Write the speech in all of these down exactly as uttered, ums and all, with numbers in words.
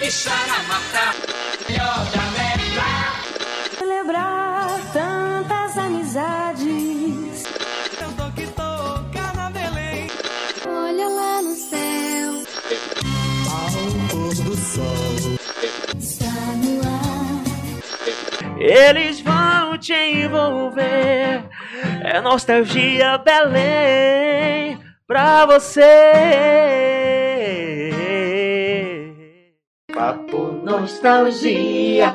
Celebrar tantas amizades. Eu tô que toca na Belém. Olha lá no céu. Ao pôr do sol. Está no ar. Eles vão te envolver. É nostalgia Belém pra você. Papo Nostalgia.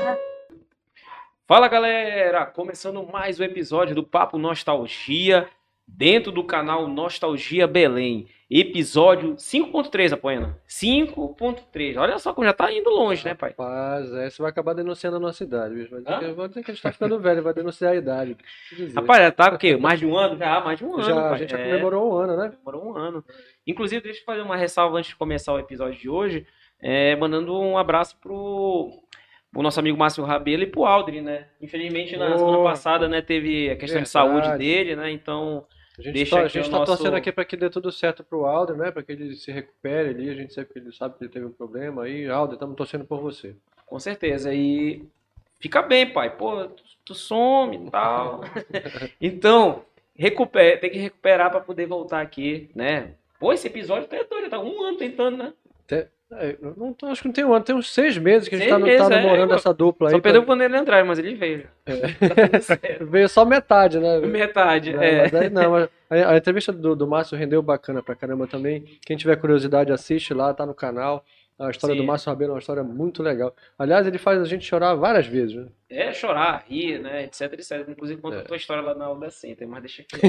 Fala galera, começando mais um episódio do Papo Nostalgia dentro do canal Nostalgia Belém. Episódio cinco ponto três, Apoena. cinco ponto três. Olha só como já tá indo longe, né, pai? Rapaz, é, você vai acabar denunciando a nossa idade, bicho. Vai dizer Hã? que, vai dizer que a gente tá ficando velho, vai denunciar a idade. Deixa eu dizer. Rapaz, já tá o quê? Mais de um ano? Já, mais de um ano, já, pai. a gente já É, comemorou um ano, né? Demorou um ano. Inclusive, deixa eu fazer uma ressalva antes de começar o episódio de hoje, é, mandando um abraço pro, pro nosso amigo Márcio Rabelo e pro Aldrin, né? Infelizmente, na Boa. semana passada, né, teve a questão de Verdade. saúde dele, né? Então, A gente, Deixa tá, a aqui gente o tá nosso- torcendo aqui pra que dê tudo certo pro Alder, né? Pra que ele se recupere ali. A gente sabe que ele sabe que ele teve um problema aí. Alder, estamos torcendo por você. com certeza. E fica bem, pai. Pô, tu, tu some e tal. Então, recupera, tem que recuperar pra poder voltar aqui, né? Pô, esse episódio tá doido, tá um ano tentando, né? Até- é, eu não, tô- acho que não tem um ano, tem uns seis meses que a gente Seis tá, no- meses, tá é, namorando pô. essa dupla aí. Só perdeu pra- quando ele entrar, mas ele veio. Tá tudo certo. Veio só metade, né? Metade, Não, é. mas aí- não, mas a, a entrevista do, do Márcio rendeu bacana pra caramba também. Quem tiver curiosidade, assiste lá, tá no canal. A história Sim. do Márcio Rabelo é uma história muito legal. Aliás, ele faz a gente chorar várias vezes, né? É chorar, rir, né, etc, etc. Inclusive conta É. a tua história lá na aula da Center, mas deixa aqui.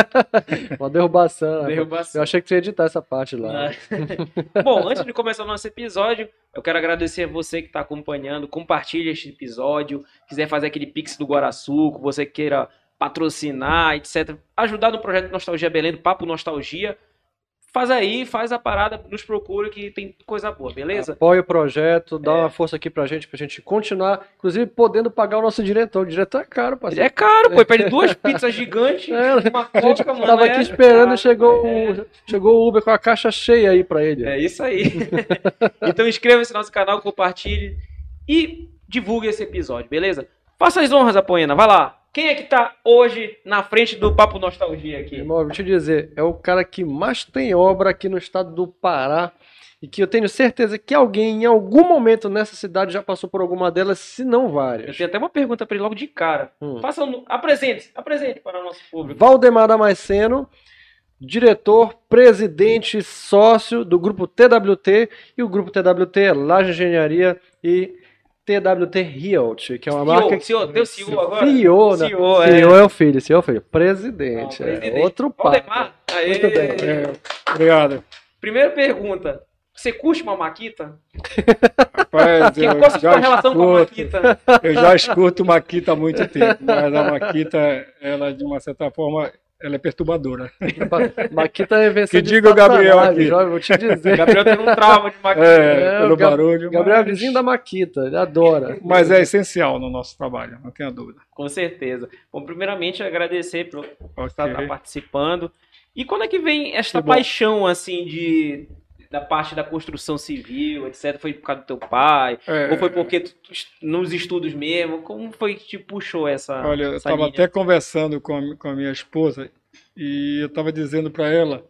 Uma derrubação. Derrubação. Eu achei que você ia editar essa parte lá. Bom, antes de começar o nosso episódio, eu quero agradecer a você que está acompanhando. Compartilhe este episódio. Quiser fazer aquele pix do Guaraçuco, você queira patrocinar, etcétera. Ajudar no projeto Nostalgia Belém, do Papo Nostalgia. Faz aí, faz a parada, nos procura que tem coisa boa, beleza? Apoia o projeto, dá É. uma força aqui pra gente, pra gente continuar, inclusive podendo pagar o nosso diretor. O diretor é caro, Ele parceiro. é caro, pô. Ele pede duas pizzas gigantes, É, uma A gente coca, mano. tava é aqui esperando caro, e chegou, é. o, chegou o Uber com a caixa cheia aí pra ele. É isso aí. Então inscreva-se no nosso canal, compartilhe e divulgue esse episódio, beleza? Faça as honras, Apoena, vai lá. Quem é que tá hoje na frente do Papo Nostalgia aqui? Irmão, eu vou te dizer, é o cara que mais tem obra aqui no estado do Pará e que eu tenho certeza que alguém em algum momento nessa cidade já passou por alguma delas, se não Eu várias. tenho até uma pergunta para ele logo de cara. Hum. Faça um... Apresente, apresente para o nosso público. Valdemar Damasceno, diretor, presidente, sócio do grupo T W T, e o grupo T W T é Laje Engenharia e T W T Realty, que é uma marca que... C E O, teu C E O agora? C E O, né? C E O, é. C E O é o filho, C E O é o filho. Presidente, Não, é presidente. outro papo. Valdemar, aê. Muito bem. É, obrigado. Primeira pergunta. Você curte uma maquita? Rapaz, Que- eu Qual a sua já, relação com a escuto, maquita? eu já escuto Maquita há muito tempo, mas a Maquita, ela de uma certa forma, ela é perturbadora. Maquita é invenção Que de diga o Gabriel Satanás, aqui. jovem, vou te dizer. Gabriel tem um trauma de maquita. É, É, pelo o Gab- barulho, Gabriel é mas, vizinho da Maquita, ele adora. mas é essencial no nosso trabalho, não tenha dúvida. Com certeza. Bom, primeiramente agradecer por Ok. estar participando. E quando é que vem esta Que bom. paixão, assim, de da parte da construção civil, etcétera? Foi por causa do teu pai? É, Ou foi porque tu, tu- nos estudos mesmo? Como foi que te puxou essa Olha, eu essa estava linha? até conversando com a, com a minha esposa e eu estava dizendo para ela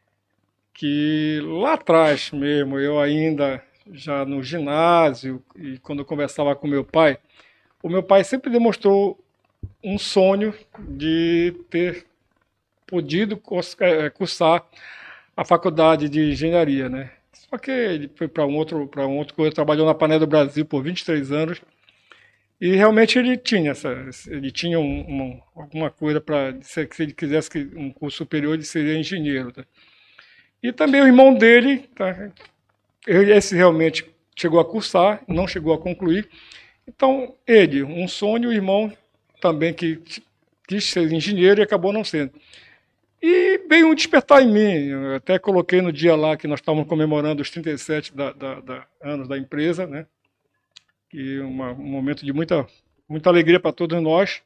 que lá atrás mesmo, eu ainda já no ginásio e quando eu conversava com meu pai, o meu pai sempre demonstrou um sonho de ter podido curs- eh, cursar a faculdade de engenharia, né? Só que ele foi para um outro, para um outro coisa, trabalhou na Pané do Brasil por vinte e três anos. E realmente ele tinha essa, ele tinha um, uma- alguma coisa para, se ele quisesse que- um curso superior, ele seria engenheiro, tá? E também o irmão dele, tá? Ele- esse realmente chegou a cursar, não chegou a concluir. Então, ele, um sonho, o irmão também que quis ser engenheiro e acabou não sendo. E veio um despertar em mim. Eu até coloquei no dia lá que nós estávamos comemorando os trinta e sete da, da, da, anos da empresa, né? E uma, um momento de muita, muita alegria para todos nós.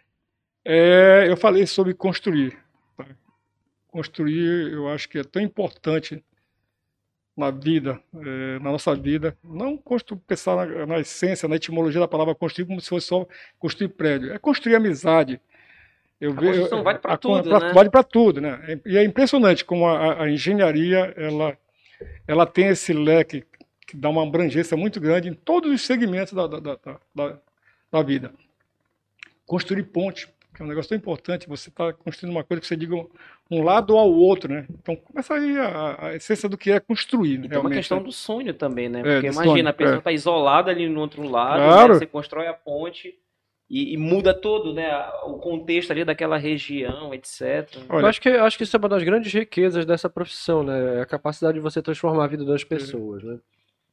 É, eu falei sobre construir. Tá? Construir, eu acho que é tão importante na vida, eh, na nossa vida, não constru, pensar na, na essência, na etimologia da palavra construir como se fosse só construir prédio, é construir amizade. Eu A vejo, construção vale pra a- tudo, pra- né? Vale para tudo, né? E é impressionante como a, a- a engenharia, ela, ela tem esse leque que dá uma abrangência muito grande em todos os segmentos da, da, da, da, da vida. Construir ponte, que é um negócio tão importante, você está construindo uma coisa que você diga um, um lado ao outro, né? Então começa aí a, a essência do que é construir, E tem uma realmente, questão né? do sonho também, né? É, Porque do imagina, sonho, a pessoa é. está isolada ali no outro lado, Claro. né? Você constrói a ponte e, e muda todo, né? a- O contexto ali daquela região, etcétera. Eu Olha, acho que, eu acho que isso é uma das grandes riquezas dessa profissão, né? É a capacidade de você transformar a vida das pessoas, né?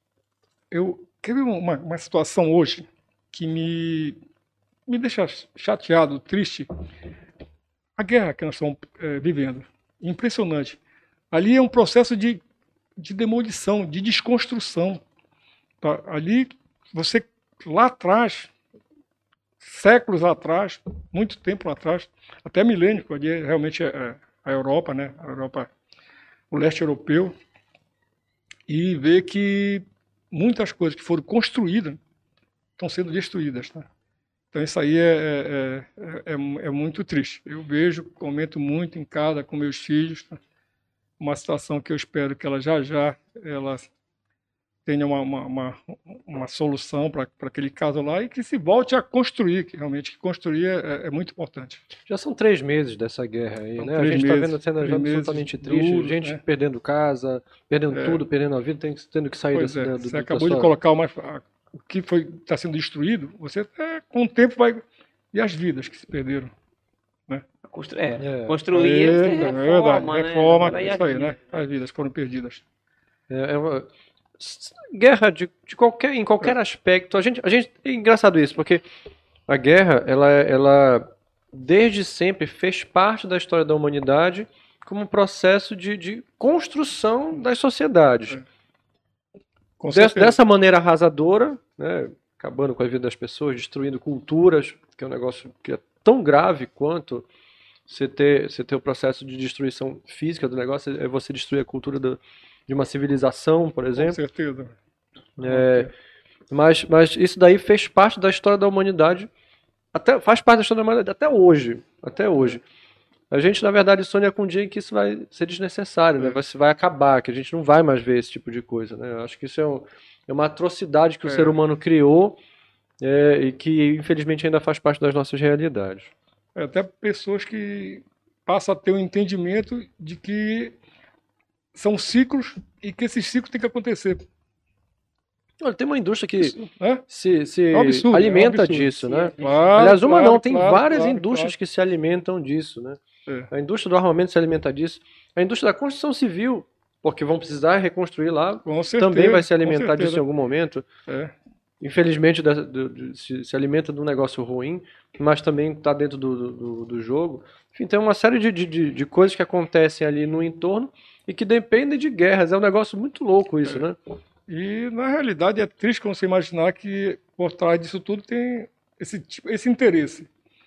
eu quero uma, uma situação hoje que me, me deixa chateado, triste. A guerra que nós estamos eh, vivendo. Impressionante. Ali é um processo de, de demolição, de desconstrução. Tá? Ali, você, lá atrás, séculos atrás, muito tempo atrás, até milênio, ali é realmente é a Europa, né? A Europa, o leste europeu, e ver que muitas coisas que foram construídas estão sendo destruídas. Tá? Então isso aí é, é, é, é, é muito triste. Eu vejo, comento muito em casa com meus filhos, tá? Uma situação que eu espero que ela já já ela tenha uma, uma, uma, uma solução para aquele caso lá e que se volte a construir, que realmente que construir é, é muito importante. Já são três meses dessa guerra aí, São né? A três gente está meses, vendo cenas três meses absolutamente tristes, duros, gente né? perdendo casa, perdendo É. tudo, perdendo a vida, tem, tendo que sair Pois desse, é, do, do, você da acabou de sua- colocar uma, a- o que foi está sendo destruído, você é, com o tempo vai e as vidas que se perderam. Constru- é, É. construir, você É, reforma, verdade, né? reforma, Agora, e a isso aí, vida? né? As vidas foram perdidas. É, é uma- s- guerra de, de qualquer, em qualquer aspecto. A gente, a gente, é engraçado isso, porque a guerra, ela, ela desde sempre fez parte da história da humanidade como um processo de, de construção das sociedades. É. Com Des- certeza. dessa maneira arrasadora, né, acabando com a vida das pessoas, destruindo culturas, que é um negócio que é tão grave quanto você ter, você ter o processo de destruição física do negócio, é você destruir a cultura do- de uma civilização, por Com exemplo. certeza. É, mas, mas isso daí fez parte da história da humanidade, até, faz parte da história da humanidade até hoje. Até hoje. A gente, na verdade, sonha com um dia em que isso vai ser desnecessário, né? Vai, vai acabar, que a gente não vai mais ver esse tipo de coisa, né? Eu acho que isso é, um- é uma atrocidade que o É. ser humano criou é, e que, infelizmente, ainda faz parte das nossas realidades. É, até pessoas que passam a ter um entendimento de que são ciclos e que esses ciclos têm que acontecer. Olha, tem uma indústria que Né? se, se É um absurdo, alimenta é um absurdo. disso, né? Claro, Aliás, uma claro, não, tem claro, várias claro, indústrias que se alimentam disso, né? É. A indústria do armamento se alimenta disso. A indústria da construção civil, porque vão precisar reconstruir lá, Com certeza. também vai se com alimentar certeza. disso em algum momento. É. Infelizmente, da- do- do- se, se alimenta de um negócio ruim, mas também está dentro do, do, do jogo. Enfim, tem uma série de, de, de- de coisas que acontecem ali no entorno e que dependem de guerras. É um negócio muito louco isso, né? E, na realidade, é triste quando você imaginar que por trás disso tudo tem esse, tipo- esse interesse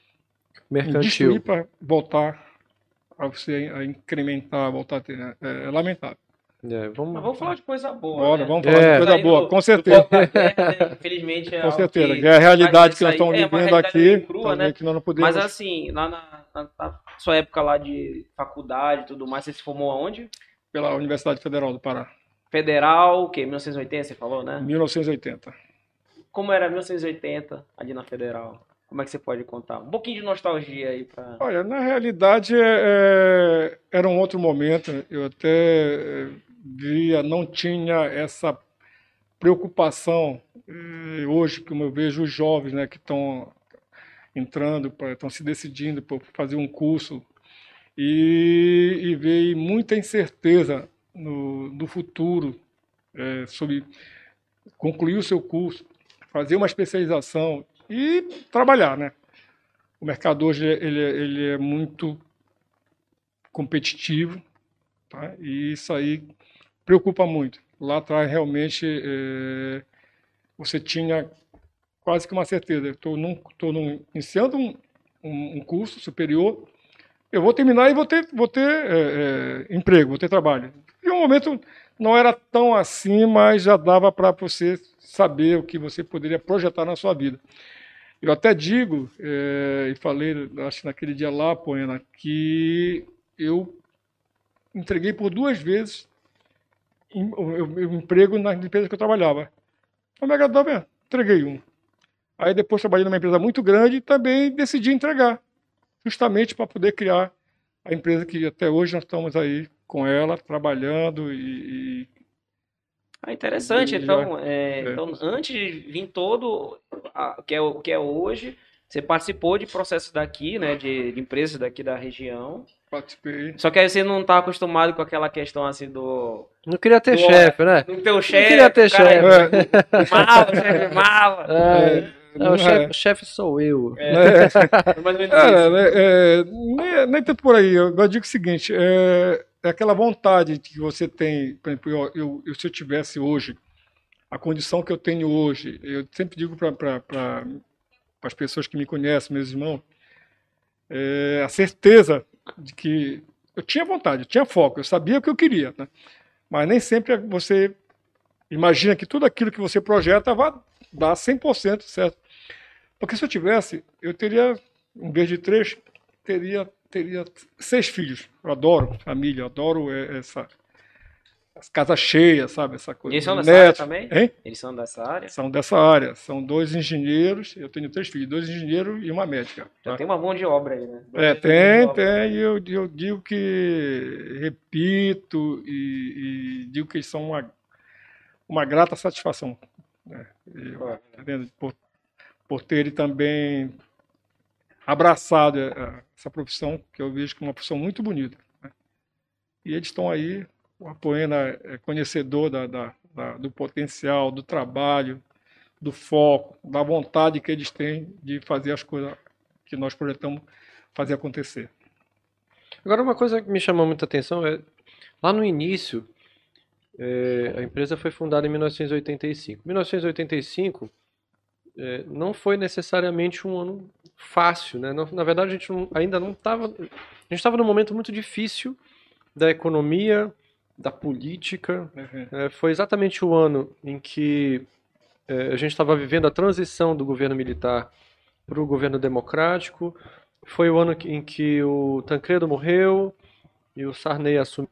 em Mercantil. destruir para voltar a você a incrementar, voltar a ter. Né? É, é lamentável. É, vamos... Mas vamos falar de coisa boa, Bora, né? vamos É. falar de coisa Sair boa, do- com do certeza. foco da guerra, né? Infelizmente é Com algo certeza. que Que é a realidade faz que nós isso aí. estamos É uma vivendo realidade aqui, bem crua, também, né? que nós não podemos. Mas assim, lá na, na- na sua época lá de faculdade e tudo mais, você se formou aonde? Pela Universidade Federal do Pará, Federal, o quê? mil novecentos e oitenta, você falou, né? mil novecentos e oitenta. Como era mil novecentos e oitenta ali na Federal? Como é que você pode contar? Um pouquinho de nostalgia aí pra... Olha, na realidade é, é, era um outro momento. Eu até é, via, não tinha essa preocupação. eh, Hoje, como eu vejo os jovens, né, que estão entrando, pra- estão se decidindo por fazer um curso e, e veio muita incerteza no, no futuro eh, sobre concluir o seu curso, fazer uma especialização e trabalhar, né? O mercado hoje ele, é- ele é muito competitivo, tá? E isso aí preocupa muito. Lá atrás, realmente, eh, você tinha quase que uma certeza. Estou num, tô num, iniciando um, um, um curso superior, eu vou terminar e vou ter, vou ter eh, eh, emprego, vou ter trabalho. E um momento, não era tão assim, mas já dava para você saber o que você poderia projetar na sua vida. Eu até digo, é, e falei, acho que naquele dia lá, Poena, que eu entreguei por duas vezes o emprego na empresa que eu trabalhava. Não me agradou mesmo, entreguei um. Aí depois trabalhei numa empresa muito grande e também decidi entregar, justamente para poder criar a empresa que até hoje nós estamos aí com ela, trabalhando e... e Ah, interessante. e Então, já- é, é. então, antes de vir todo a- o que é, o que é hoje, você participou de processos daqui, né, de, de empresas daqui da região. participei. Só que aí você não tá acostumado com aquela questão assim do Não queria ter Do- chefe, né? do teu chefe, queria ter o cara chefe. é mala, o chefe é mala. É, não, o é. chefe, o chefe sou eu. É mais ou menos É, isso. né, é, nem, nem tanto por aí. Eu, eu digo o seguinte: é, é aquela vontade que você tem. Por exemplo, eu, eu- eu- se eu tivesse hoje a condição que eu tenho hoje, eu sempre digo para pra, as pessoas que me conhecem, meus irmãos, é, a certeza de que eu tinha vontade, eu tinha foco, eu sabia o que eu queria, né? Mas nem sempre você imagina que tudo aquilo que você projeta vai dar cem por cento certo. Porque se eu tivesse, eu teria, em vez de três, teria, teria seis filhos. Eu adoro família, eu adoro é, essa as casas cheias, sabe? Essa coisa. Eles são dessa área Netos, também? hein? Eles são dessa área? São dessa área. São dois engenheiros, eu tenho três filhos, dois engenheiros e uma médica. Já Tá? tem uma mão de obra aí, né? É, Dois mãos de tem, obra. tem, e eu, eu digo que, repito, e, e digo que eles são uma, uma grata satisfação, né? Eu, tá vendo? Por, por terem também abraçado eh, essa profissão, que eu vejo como uma profissão muito bonita, né? E eles estão aí, o Apoena é conhecedor da, da, da- do potencial, do trabalho, do foco, da vontade que eles têm de fazer as coisas que nós projetamos fazer acontecer. Agora, uma coisa que me chamou muita atenção é, lá no início, é, a empresa foi fundada em mil novecentos e oitenta e cinco. mil novecentos e oitenta e cinco é, não foi necessariamente um ano fácil, né? Não- na verdade, a gente não- ainda não estava... A gente estava num momento muito difícil da economia, da política. Né? É, foi exatamente o ano em que é, a gente estava vivendo a transição do governo militar para o governo democrático. Foi o ano que- em que o Tancredo morreu e o Sarney assumiu.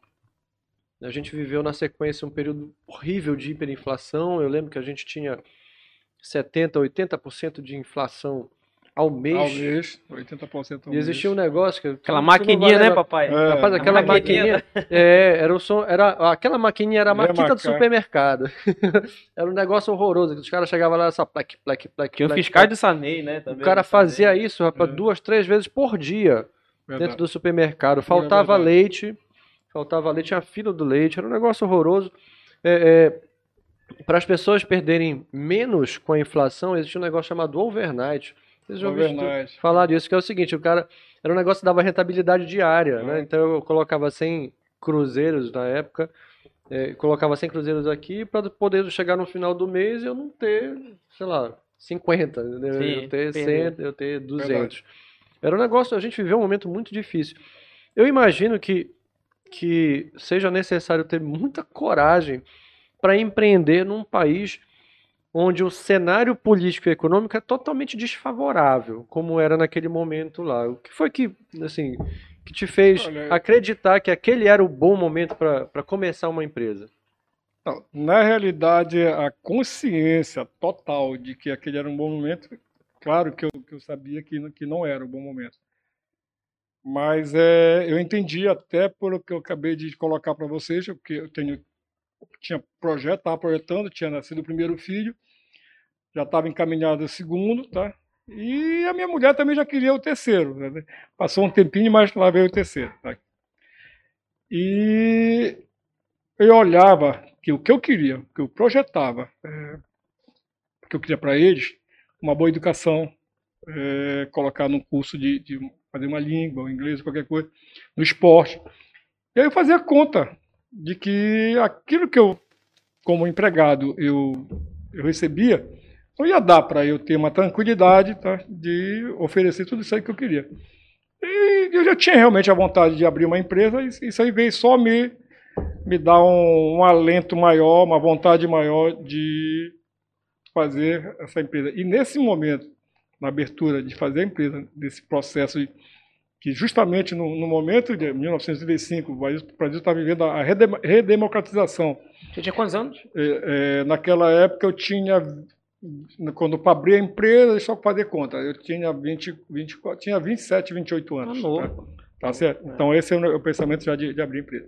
A gente viveu na sequência um período horrível de hiperinflação. Eu lembro que a gente tinha setenta, oitenta por cento de inflação ao mês. Ao mês, oitenta por cento ao E existia um mês. negócio que... Aquela tu não maquininha, vai né, lembrar- papai? É, Rapaz, a aquela maquininha, maquininha, é, era o som, era, aquela maquininha era a Lembra, maquita do cara? supermercado. Era um negócio horroroso, que os caras chegavam lá, só plec, plec, plec, Tinha o plec, fiscal plec. do Sanei, né? O Também, cara do Sanei. fazia isso, rapaz, É. duas, três vezes por dia dentro Verdade. do supermercado. Faltava verdade. leite, faltava leite, tinha fila do leite, era um negócio horroroso. É, para as pessoas perderem menos com a inflação, existia um negócio chamado overnight. Vocês já ouviram Overnight. falar disso, que é o seguinte, o cara, era um negócio que dava rentabilidade diária, né? É. Então eu colocava cem cruzeiros na época, é, colocava cem cruzeiros aqui para poder chegar no final do mês e eu não ter, sei lá, cinquenta, entendeu? Sim, eu ter perder. cem, eu ter duzentos. Verdade. Era um negócio, a gente viveu um momento muito difícil. Eu imagino que, que seja necessário ter muita coragem para empreender num país onde o cenário político e econômico é totalmente desfavorável, como era naquele momento lá. O que foi que, assim, que te fez Olha, acreditar que aquele era o bom momento para começar uma empresa? Não, na realidade, a consciência total de que aquele era um bom momento, claro que eu, que eu sabia que, não- que não era um bom momento. Mas é, eu entendi até por o que eu acabei de colocar para vocês, porque eu tenho, tinha projeto, estava projetando, tinha nascido o primeiro filho, já estava encaminhado o segundo, tá? E a minha mulher também já queria o terceiro, né? Passou um tempinho, mas lá veio o terceiro, tá? E eu olhava que o que eu queria, o que eu projetava, é, o que eu queria para eles, uma boa educação, é, colocar num curso de, de fazer uma língua, um inglês, qualquer coisa, no esporte. E aí eu fazia conta de que aquilo que eu, como empregado, eu, eu recebia, não ia dar para eu ter uma tranquilidade, tá, de oferecer tudo isso aí que eu queria. E eu já tinha realmente a vontade de abrir uma empresa, e isso aí veio só me me dá um, um alento maior, uma vontade maior de fazer essa empresa. E nesse momento, na abertura de fazer a empresa, desse processo de, que justamente no, no momento de mil novecentos e trinta e cinco, o Brasil está vivendo a redem, redemocratização. Você tinha quantos anos? É, é, naquela época eu tinha, quando eu abri a empresa, deixa eu fazer conta, eu tinha, vinte, vinte, tinha vinte e sete, vinte e oito anos. Ah, novo. Tá, tá certo? Então esse é o pensamento já de, de abrir a empresa.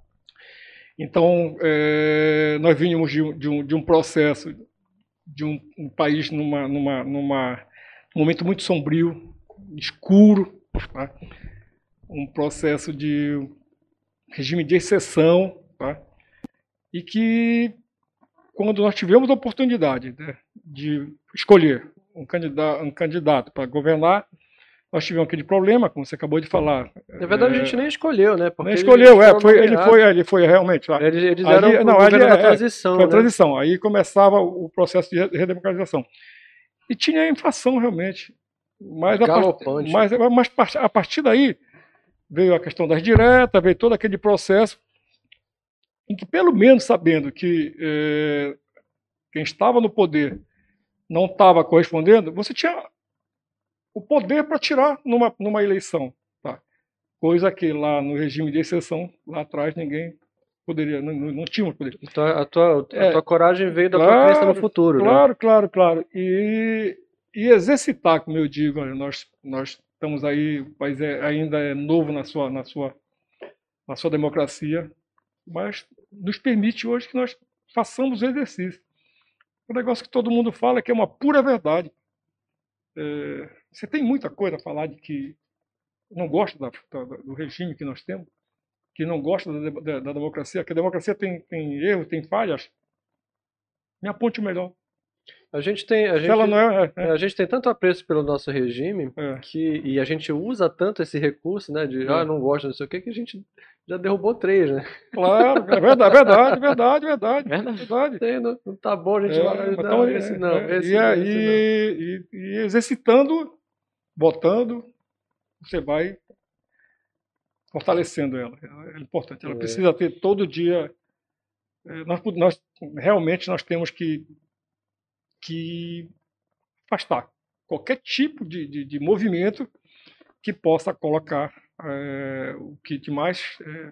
Então, é, nós vínhamos de, de, um, de um processo de um, um país numa, numa, numa um momento muito sombrio, escuro, tá? Um processo de regime de exceção, tá? E que, quando nós tivemos a oportunidade, né, de escolher um candidato, um candidato para governar, nós tivemos aquele problema, como você acabou de falar. Na verdade, é, a gente nem escolheu, né? Porque nem escolheu, é, foi, ele, nomeado. foi, ele foi realmente. Tá? Eles, eles eram ali, o não, governo ali, da é, transição. Foi a né? transição. Aí começava o processo de redemocratização. E tinha a inflação, realmente. Mas, a, part... mas, mas a partir daí veio a questão das diretas, veio todo aquele processo em que, pelo menos sabendo que eh, quem estava no poder não estava correspondendo, você tinha o poder para tirar numa, numa eleição. Tá? Coisa que lá no regime de exceção, lá atrás, ninguém poderia, não, não tinha poder. Então, a tua, a É, tua coragem veio da claro, tua crença no futuro. Claro, né? claro, claro. E, e exercitar, como eu digo, olha, nós, nós estamos aí, o país é, ainda é novo na sua, na, sua, na sua democracia, mas nos permite hoje que nós façamos o exercício. O negócio que todo mundo fala é que é uma pura verdade. É, você tem muita coisa a falar de que não gosta da, da, do regime que nós temos, que não gosta da, da, da democracia, que a democracia tem, tem erros, tem falhas. Me aponte o melhor. A gente tem, a Se gente, ela não é, é, é, a gente tem tanto apreço pelo nosso regime é. que, e a gente usa tanto esse recurso, né, de É. ah, não gosto, não sei o que, que a gente já derrubou três, né? Claro, é verdade, verdade, verdade, verdade, Verdade. verdade. Tem, não, não tá bom, a gente É, vai, então, não, é, esse não, é, esse e, não, aí, esse não. e, e exercitando, botando, você vai fortalecendo ela. É importante. Ela É. precisa ter todo dia. é, Nós, nós realmente nós temos que, que afastar qualquer tipo de, de, de movimento que possa colocar é, o que de mais é,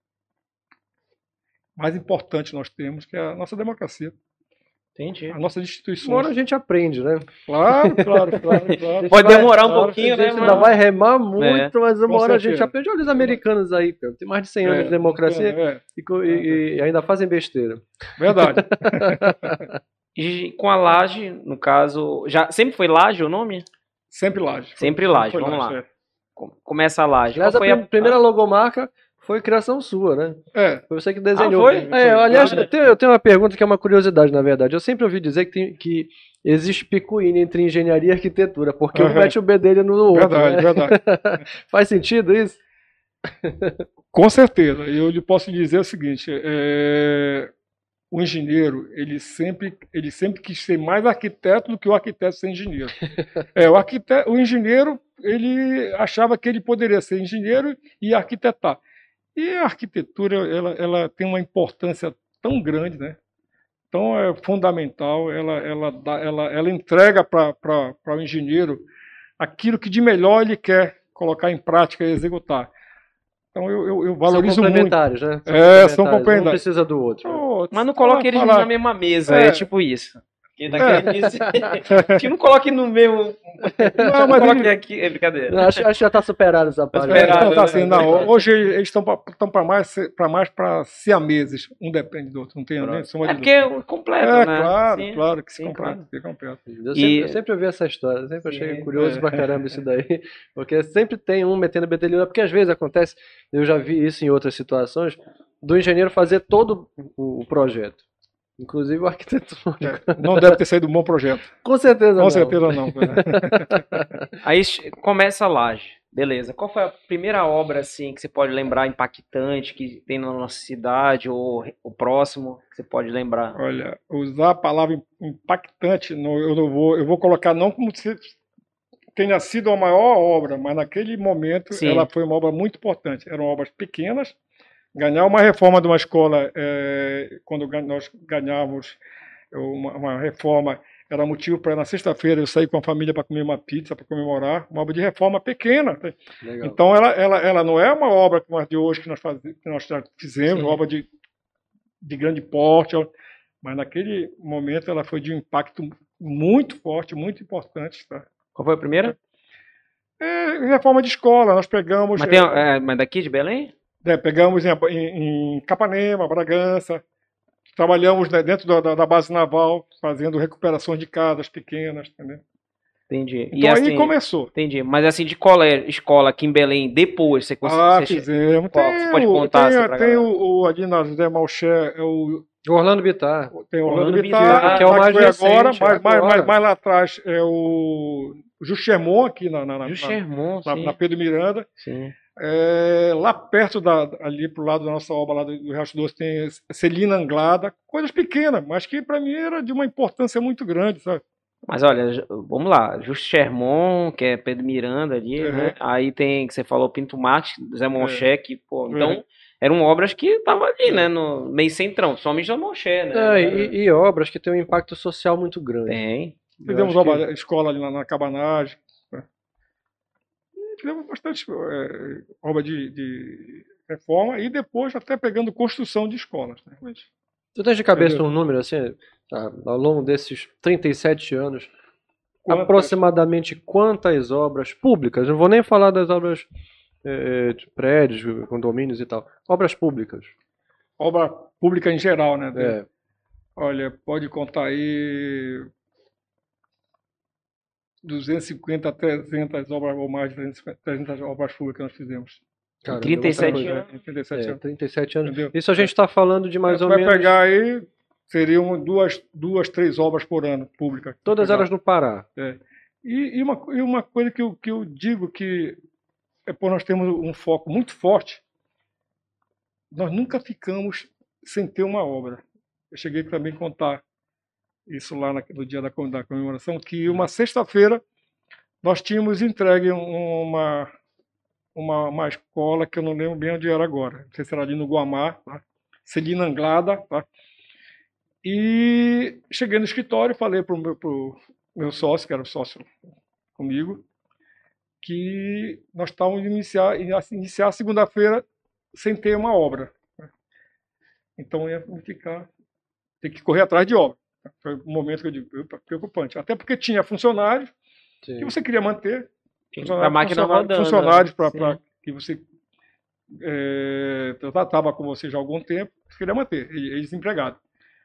mais importante nós temos, que é a nossa democracia, Entendi. as nossas Uma hora instituições. a gente aprende, né? Claro, claro, claro, claro. Pode vai- demorar um claro, pouquinho, A né? gente Mas... ainda vai remar muito, É. mas uma Com hora a gente certeza. aprende. Olha os americanos aí, cara. Tem mais de cem anos É, de democracia é, e, co- e- e ainda fazem besteira. verdade. E com a Laje, no caso, já sempre foi Laje o nome? Sempre Laje. Sempre Laje, Foi vamos lá. é. Com- Começa a Laje. Aliás, Qual a foi a prim- primeira logomarca foi criação sua, né? É, Foi você que desenhou. Ah, foi? É, aliás, Foi. eu tenho, eu tenho uma pergunta que é uma curiosidade, na verdade. Eu sempre ouvi dizer que, tem- que existe picuinha entre engenharia e arquitetura, porque um Aham. mete o bedelho no outro. verdade, né? verdade. Faz sentido isso? Com certeza. E eu lhe posso dizer o seguinte: é, o engenheiro ele sempre, ele sempre quis ser mais arquiteto do que o arquiteto ser engenheiro. É, o, arquiteto, o engenheiro ele achava que ele poderia ser engenheiro e arquitetar. E a arquitetura ela, ela tem uma importância tão grande, né? Então é fundamental. Ela, ela, dá, ela, ela entrega para o engenheiro aquilo que de melhor ele quer colocar em prática e executar. Então eu, eu, eu valorizo são muito. complementares, né? É, são Um complementares. precisa do outro. Oh, Mas não coloque eles falar- na mesma mesa, É. é, tipo isso. Que tá querendo dizer. Que não coloque no mesmo. Não, Não mas coloque ele- aqui. É brincadeira. Não, acho, acho que já está superado essa parte. superado. Não, tá assim, né? não. Hoje eles estão para mais para mais para siameses. Um depende do outro. Não tem nem soma É de porque é completo, É, né? claro, Sim. claro que se Sim, completa. claro. Se completa. Eu, E- sempre, eu sempre ouvi essa história, eu sempre achei Sim, curioso é. pra caramba isso daí, porque sempre tem um metendo bedelho, porque às vezes acontece, eu já vi isso em outras situações, do engenheiro fazer todo o, o projeto, inclusive o arquitetônico. É, não deve ter saído um bom projeto. Com certeza Com não. certeza não. Aí che- começa a Laje. Beleza. Qual foi a primeira obra, assim, que você pode lembrar impactante que tem na nossa cidade ou o próximo que você pode lembrar? Olha, usar a palavra impactante, não, eu não vou, eu vou colocar não como se tenha sido a maior obra, mas naquele momento Sim. ela foi uma obra muito importante. Eram obras pequenas, Ganhar uma reforma de uma escola, é, quando gan- nós ganhávamos uma, uma reforma, era motivo para na sexta-feira eu sair com a família para comer uma pizza, para comemorar, uma obra de reforma pequena. Legal. Então ela, ela, ela não é uma obra como a de hoje que nós, faz, que nós já fizemos, Sim. uma obra de, de grande porte, mas naquele momento ela foi de um impacto muito forte, muito importante. Tá? Qual foi a primeira? É, reforma de escola, nós pegamos, Mas, tem, é, é, mas daqui de Belém? é, pegamos em, em, em Capanema, Bragança, trabalhamos, né, dentro da, da, da base naval, fazendo recuperações de casas pequenas, entendeu? Entendi. Então E aí assim, começou. entendi. Mas assim, de colégio, escola aqui em Belém, depois você conseguiu. Ah, você che- fizemos. Qual? Tem, Você pode o- contar, tem, assim, pra tem galera? o, o ali na José Malcher, é o, Orlando Bittar. tem o Orlando Orlando Bittar, Bittar, que é o lá mais foi agora, recente, mas mais, agora. mais, mais lá atrás é o Juchermon, aqui na, na, na, Juchermon, na, sim. na Pedro Miranda. Sim. É, lá perto, da, ali pro lado da nossa obra, lá do, do Riacho Doce, tem Celina Anglada, coisas pequenas, mas que para mim era de uma importância muito grande, sabe? Mas olha, ju- vamos lá. Justo Sherman, que é Pedro Miranda ali, Uhum. né? Aí tem, que você falou, Pinto Marques, Zé Monché, que, pô, Uhum. então eram obras que estavam ali, né? No meio centrão, somente Zé Monché, né? É, e, e obras que têm um impacto social muito grande. Tem. Eu Fizemos acho que- obra, escola ali na, na cabanagem. Né? E fizemos bastante é, obra de, de reforma e depois até pegando construção de escolas. Né? Mas, Tu tens de cabeça Entendeu? um número assim, tá, ao longo desses trinta e sete anos, Quantas? aproximadamente quantas obras públicas, não vou nem falar das obras eh, de prédios, condomínios e tal, obras públicas. obra pública em geral, né? É, Olha, pode contar aí duzentas e cinquenta, trezentas obras ou mais de trezentas e cinquenta, trezentas obras públicas que nós fizemos. caramba, trinta e sete muita coisa. anos. Em trinta e sete É, anos. trinta e sete anos. Entendeu? Isso a gente está falando de mais Você ou vai menos pegar aí, seriam duas, duas, três obras por ano públicas. todas Pegar. elas no Pará. E, e, uma, e uma coisa que eu, que eu digo que é por nós temos um foco muito forte, nós nunca ficamos sem ter uma obra. Eu cheguei também a contar isso lá na- no dia da, com- da comemoração, que uma sexta-feira nós tínhamos entregue uma, uma, uma escola que eu não lembro bem onde era agora. Não sei se era ali no Guamá, tá? Celina Anglada, tá? E cheguei no escritório e falei para o meu, pro meu sócio, que era o sócio comigo, que nós estávamos a iniciar, iniciar a segunda-feira sem ter uma obra. né? Então ia ficar, ter que correr atrás de obra. Foi um momento que eu digo, "Opa, preocupante. Até porque tinha funcionários Sim. que você queria manter, A máquina rodando. funcionários né? para Sim. que você é, tratava com você já há algum tempo, você queria manter, e, e desempregado.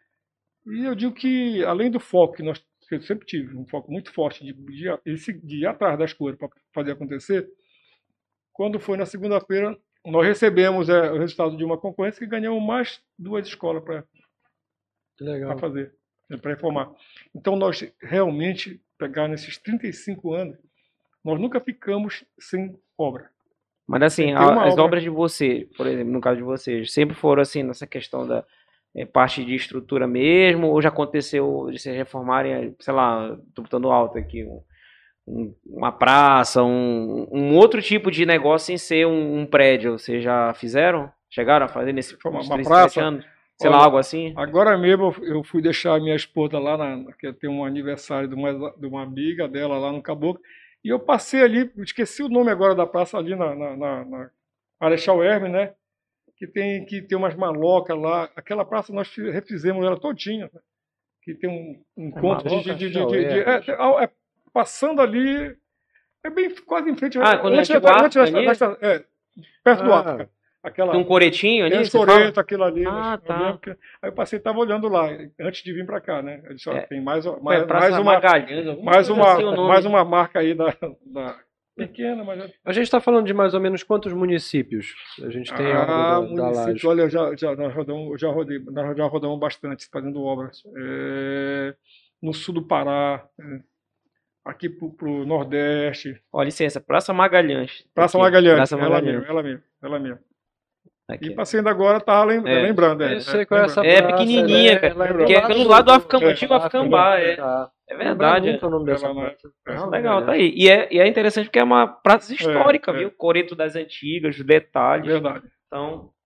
E eu digo que, além do foco que nós que eu sempre tive, um foco muito forte de, de, esse- de ir atrás das coisas para fazer acontecer, quando foi na segunda-feira, nós recebemos é, o resultado de uma concorrência que ganhamos mais duas escolas para Que legal. fazer, para reformar. Então, nós realmente, pegar nesses trinta e cinco anos, nós nunca ficamos sem obra. Mas assim, Tem a- uma as obra- obras de você, por exemplo, no caso de vocês, sempre foram assim, nessa questão da eh, parte de estrutura mesmo, ou já aconteceu de vocês reformarem, eh, sei lá, tô botando alto aqui, um- um- uma praça, um, um outro tipo de negócio sem ser um, um prédio, vocês já fizeram? Chegaram a fazer nesse Uma- nesses uma trinta e sete praça? anos? Sei Olha, lá, algo assim? Agora mesmo eu eu fui deixar a minha esposa lá, na, que tem um aniversário de uma, de uma amiga dela lá no Caboclo, e eu passei ali, esqueci o nome agora da praça ali na, na, na, na Marechal Hermes, né? Que tem, que tem umas malocas lá. Aquela praça nós fi- refizemos ela todinha, né? Que tem um um encontro de, de, de, de, de- de- é, é, é, passando ali, é bem quase em frente. Ah, quando é antes, tipo da- antes da- África da- ali? da- é, perto do Ah. África. Aquela, Tem um coretinho ali, tem os você fala? coretos, aquilo ali. Ah, eu tá. lembro que- aí eu passei e estava olhando lá, antes de vir para cá, né? Eu disse, ó, É. tem mais, É, mais, Praça mais, uma, Magalhães, alguma mais, coisa uma, assim, o nome. mais uma marca aí da, da pequena, mas... é- A gente está falando de mais ou menos quantos municípios a gente tem ao Ah, redor da, da Laje? município, olha, eu já, já, nós rodamos, eu já rodei, nós já rodamos bastante fazendo obras. É, no sul do Pará, é, aqui pro, pro Nordeste, Ó, licença, Praça Magalhães. Praça Aqui, Magalhães, Praça ela Magalhães. mesmo, ela mesmo, ela mesmo. Aqui. E passando agora, tava lem- É, lembrando. É, Eu sei qual é essa É praça, pequenininha, né? cara, Ela é porque Que é pelo lado do Africam- antigo Africambá, é. Tá. É Lembra verdade. nunca o nome dessa Ela não é- praça. Não, legal, tá aí. E é, e é interessante porque é uma praça histórica, é. viu? Coreto das antigas, os detalhes. Verdade. Então,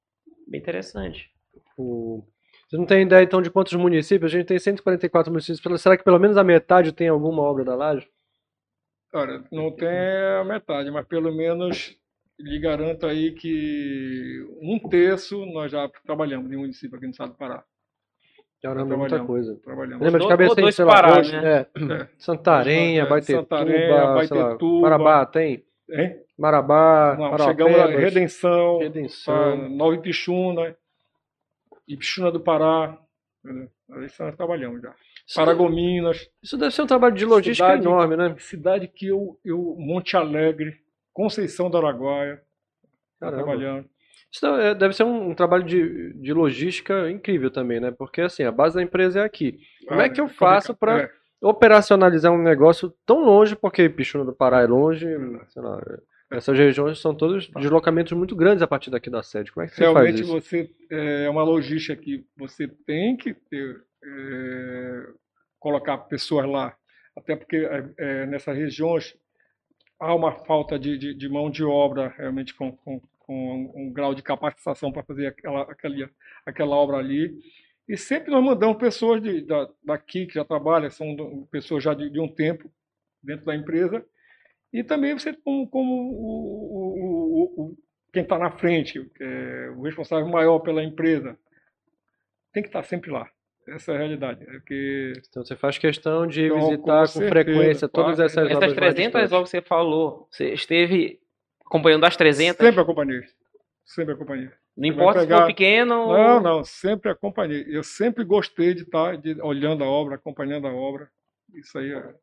Bem interessante. O... Você não tem ideia, então, de quantos municípios? A gente tem cento e quarenta e quatro municípios. Será que pelo menos a metade tem alguma obra da laje? Olha, não tem a metade, mas pelo menos lhe garanto aí que um terço nós já trabalhamos em município aqui no estado do Pará. Caramba, muita Trabalhamos, coisa. trabalhamos. Lembra de Ou- cabeça ou aí, dois sei lá, Pará, hoje, né? é, É. Santarém, É, Abaetetuba, Santarém, sei lá, Abaetetuba. Marabá tem? Hein? Marabá, Não, chegamos a Parauapebas, Redenção, Redenção. tá, Nova Ipixuna, Ipixuna do Pará. Né? Aí nós trabalhamos já. Isso, Paragominas. isso deve ser um trabalho de logística Cidade- enorme, né? Cidade que eu, eu Monte Alegre, Conceição do Araguaia, tá Caramba. trabalhando. Isso deve deve ser um, um trabalho de, de logística incrível também, né? Porque assim, a base da empresa é aqui. Como é que eu faço para É, operacionalizar um negócio tão longe, porque Pixuna do Pará é longe, sei lá, essas regiões são todos deslocamentos muito grandes a partir daqui da sede. Como é que você faz realmente isso? você é uma logística que você tem que ter, é, colocar pessoas lá, até porque é, é, nessas regiões há uma falta de, de, de mão de obra realmente com, com, com um grau de capacitação para fazer aquela, aquela, aquela obra ali. E sempre nós mandamos pessoas de, da, daqui que já trabalham, são do- pessoas já de, de um tempo dentro da empresa. E também você, como, como o, o- o- o- quem está na frente, que é o responsável maior pela empresa, tem que estar sempre lá. Essa é a realidade. É que, Então você faz questão de Então, visitar com com certeza, frequência todas passa- essas obras Essas mais trezentas distantes. obras que você falou, você esteve acompanhando as trezentas? sempre acompanhei. Sempre acompanhei. Não Você vai importa se pegar- for pequeno ou... Não, não, sempre acompanhei. Eu sempre gostei de estar de, olhando a obra, acompanhando a obra. Isso aí é...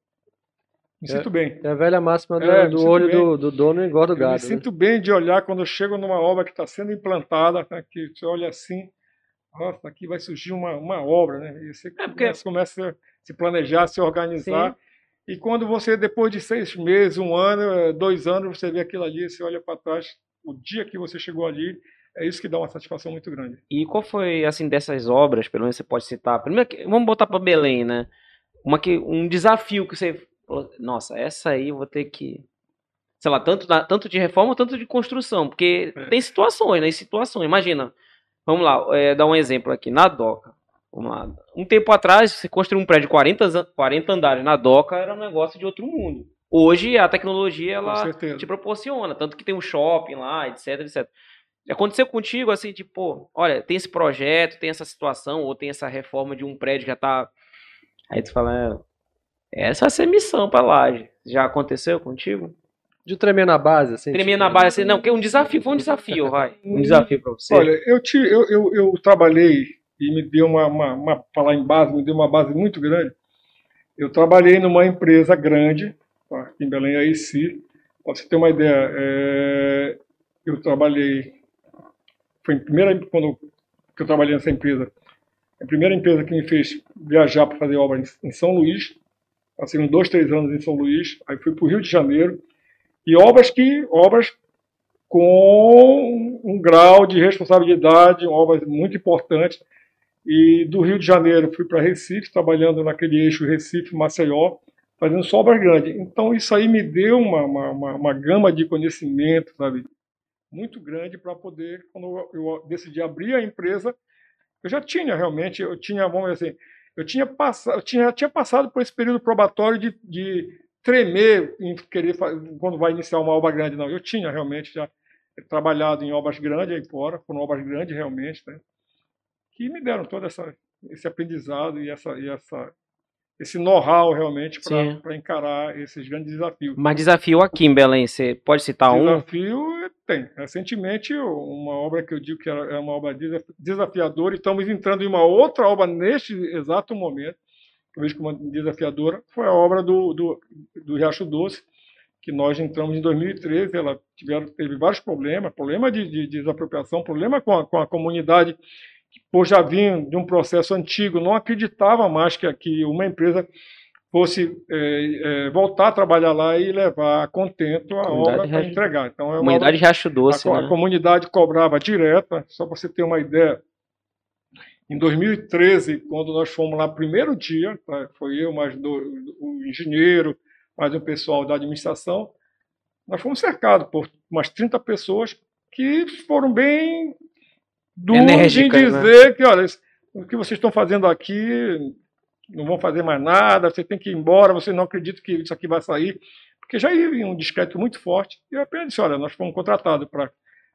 Me É. sinto bem. É a velha máxima do, É, me do sinto olho bem. do, do dono engorda o Eu me gado, né? sinto bem de olhar quando eu chego numa obra que está sendo implantada, né, que você olha assim, nossa, aqui vai surgir uma, uma obra, né? E você É, porque- começa, começa a se planejar, se organizar. Sim. E quando você, depois de seis meses, um ano, eh, dois anos, você vê aquilo ali, você olha para trás, o dia que você chegou ali, é isso que dá uma satisfação muito grande. E qual foi, assim, dessas obras, pelo menos você pode citar, primeiro, que- vamos botar para Belém, né? Uma que, um desafio que você falou, nossa, essa aí eu vou ter que, sei lá, tanto, da- tanto de reforma, tanto de construção, porque É. tem situações, né? Situações, imagina, vamos lá, é, dar um exemplo aqui, na Doca, vamos lá, um tempo atrás, você construir um prédio de quarenta, an- quarenta andares na Doca era um negócio de outro mundo. Hoje, a tecnologia, Com ela certeza. te proporciona, tanto que tem um shopping lá, etc, etcétera. Aconteceu contigo, assim, tipo, pô, olha, tem esse projeto, tem essa situação, ou tem essa reforma de um prédio que já tá... Aí tu fala, é, essa vai ser missão pra laje. Já aconteceu contigo? De tremer na base, assim. Tremer tipo, na base, assim, não, porque um desafio, foi um desafio, vai. Um desafio pra você. Olha, eu, te, eu, eu, eu trabalhei e me deu uma, uma, uma. Falar em base, me deu uma base muito grande. Eu trabalhei numa empresa grande, tá, aqui em Belém, a I C I. Para você ter uma ideia, é, eu trabalhei. Foi a primeira. Quando que eu trabalhei nessa empresa, a primeira empresa que me fez viajar para fazer obra em, em São Luís. Passei uns dois, três anos em São Luís. Aí fui para o Rio de Janeiro. E obras que. Obras com um grau de responsabilidade, obras muito importantes. E do Rio de Janeiro fui para Recife, trabalhando naquele eixo Recife-Maceió, fazendo só obras grandes. Então isso aí me deu uma, uma, uma, uma gama de conhecimento, sabe, muito grande para poder, quando eu decidi abrir a empresa, eu já tinha realmente, eu tinha, vamos dizer assim, eu tinha passado, eu tinha, tinha passado por esse período probatório de, de tremer em querer quando vai iniciar uma obra grande, não. Eu tinha realmente já trabalhado em obras grandes aí fora, foram obras grandes realmente, né? Que me deram todo essa, esse aprendizado e, essa, e essa, esse know-how realmente Sim. para encarar esses grandes desafios. Mas desafio aqui em Belém, você pode citar um? Desafio tem. Recentemente, uma obra que eu digo que é uma obra desafiadora, e estamos entrando em uma outra obra neste exato momento, que eu vejo como desafiadora, foi a obra do, do, do Riacho Doce, que nós entramos em dois mil e treze, ela tiveram, teve vários problemas, problema de, de, de desapropriação, problema com a, com a comunidade, que por já vir de um processo antigo, não acreditava mais que, que uma empresa fosse é, é, voltar a trabalhar lá e levar a contento a Comunidade obra para Riacho- entregar. Então, é uma Comunidade obra, Riacho Doce, a, né? a comunidade cobrava direto, só para você ter uma ideia. Em dois mil e treze, quando nós fomos lá, primeiro dia, tá, foi eu, mais do, o engenheiro, mais um pessoal da administração, nós fomos cercados por umas trinta pessoas que foram bem, duro Enérgica, em dizer que, olha, isso- o que vocês estão fazendo aqui não vão fazer mais nada, você tem que ir embora, você não acredita que isso aqui vai sair, porque já ia um descrédito muito forte. E eu apenas disse, olha, nós fomos contratados para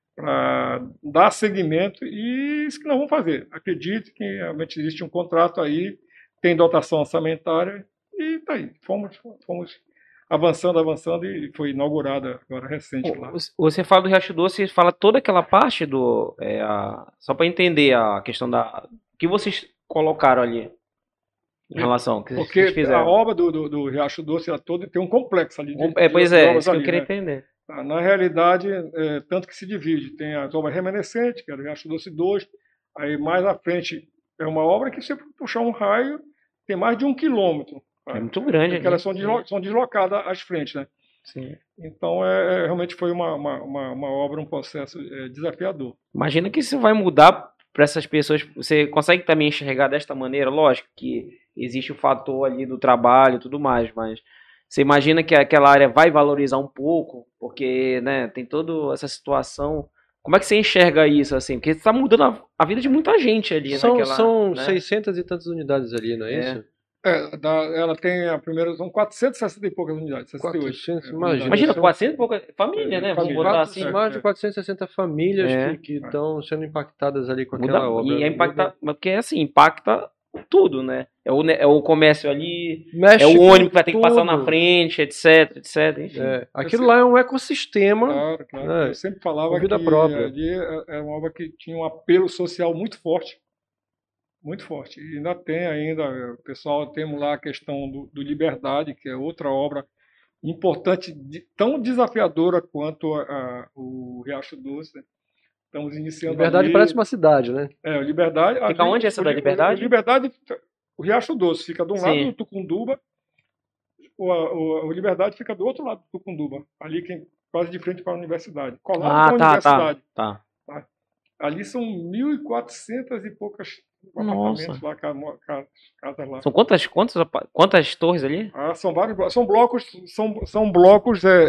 dar seguimento e isso que nós vamos fazer. Acredite que realmente existe um contrato aí, tem dotação orçamentária e tá aí. Fomos, fomos avançando, avançando e foi inaugurada agora recente lá. Você fala do Riacho Doce, fala toda aquela parte do... é, a- só para entender a questão da... O que vocês colocaram ali em relação ao que Porque vocês a fizeram. obra do, do, do Riacho Doce ela toda tem um complexo ali. De, É, pois de é, obras isso que eu ali, queria né? entender. Ah, na realidade, é, tanto que se divide. Tem as obras remanescentes, que é o Riacho Doce dois, aí mais à frente é uma obra que, se você puxar um raio, tem mais de um quilômetro. É muito grande. Porque ali. elas são, deslo são deslocadas às frentes, né? Sim. Então, é, é, realmente foi uma, uma, uma, uma obra, um processo é, desafiador. Imagina que isso vai mudar para essas pessoas. Você consegue também enxergar desta maneira? Lógico que existe o fator ali do trabalho e tudo mais, mas você imagina que aquela área vai valorizar um pouco, porque, né, tem toda essa situação. Como é que você enxerga isso, assim? Porque está mudando a, a vida de muita gente ali. São, naquela, são né? seiscentas e tantas unidades ali, não é, É. isso? É, da, ela tem a primeira, são quatrocentas e sessenta e poucas unidades, sessenta e oito. quatrocentas, É, imagina. Imagina, são- quatrocentas e pouca família, né? Vamos Família. botar Quatro- assim. é. mais de quatrocentas e sessenta famílias É. que estão sendo impactadas ali com Muda- aquela obra. e é impactar, mas porque assim, impacta tudo, né? É o, ne- é o comércio ali, Mexe é o com ônibus que vai ter que passar na tudo. frente, etc, etc. Enfim. É, aquilo lá é um ecossistema. Claro, claro. É, Eu sempre falava com vida que própria. ali é é uma obra que tinha um apelo social muito forte. Muito forte. E ainda tem ainda, o pessoal, temos lá a questão do, do Liberdade, que é outra obra importante, de- tão desafiadora quanto a, a- o Riacho Doce. Né? Estamos iniciando Verdade ali. parece uma cidade, né? É, o Liberdade. Fica ali- onde essa o da Li- Liberdade? O Liberdade, o Riacho Doce fica de um Sim. lado do Tucunduba, o, o, o Liberdade fica do outro lado do Tucunduba, ali que, quase de frente para a universidade. Colado Ah, com a tá, universidade. tá. Ali são mil e quatrocentas e poucas apartamentos Nossa. lá, ca- mo- ca- casas lá. São quantas, quantas, apa- quantas torres ali? Ah, são vários blocos. São blocos, são, são blocos é, é,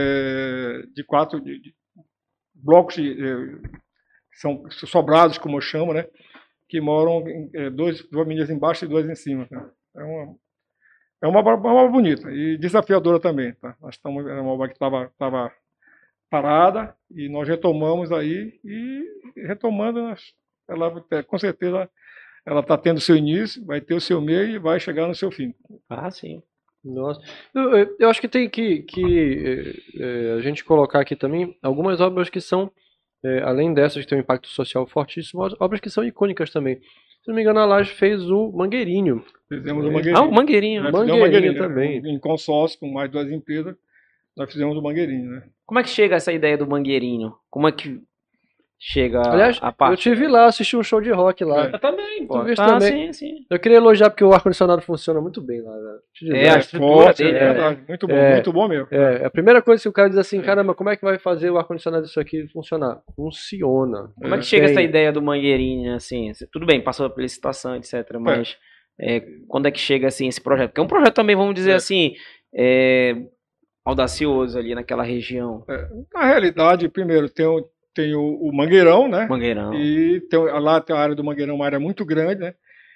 é, de quatro. De, de- blocos de, é, que são sobrados, como eu chamo, né? Que moram em, é, dois, duas famílias embaixo e duas em cima. Tá? É uma, é uma, obra- uma obra bonita e desafiadora também. Tá? Nós estamos, é uma obra que estava tava parada e nós retomamos aí e retomando, nós, ela, é, com certeza, ela está tendo seu início, vai ter o seu meio e vai chegar no seu fim. Ah, sim. Nossa. Eu, eu- eu acho que tem que, que eh, eh, a gente colocar aqui também algumas obras que são, eh, além dessas que têm um impacto social fortíssimo, as obras que são icônicas também. Se não me engano, a Laje fez o Mangueirinho. Fizemos o É. Mangueirinho. Ah, o Mangueirinho. Nós né? fizemos o Mangueirinho Mangueirinho, também. Em consórcio com mais duas empresas, nós fizemos o Mangueirinho, né? Como é que chega essa ideia do Mangueirinho? Como é que chega Aliás, a eu parte? tive lá, assisti um show de rock lá. É. Eu também, pô. Tu viste Tá, também? sim, sim. Eu queria elogiar porque o ar-condicionado funciona muito bem lá, velho. Te dizer. É, a estrutura forte, dele, é né? verdade. Muito bom, É. muito bom mesmo. É, a primeira coisa que o cara diz assim, caramba, como é que vai fazer o ar-condicionado disso aqui funcionar? Funciona. Como é que chega Tem. essa ideia do Mangueirinho, assim? Tudo bem, passou pela licitação, etcétera. Mas é, quando é que chega, assim, esse projeto? Porque é um projeto também, vamos dizer É. assim, é, audacioso ali naquela região. Na realidade, primeiro, tem o, tem o, o Mangueirão, né? Mangueirão. E tem, o- lá tem a área do Mangueirão, uma área muito grande, né?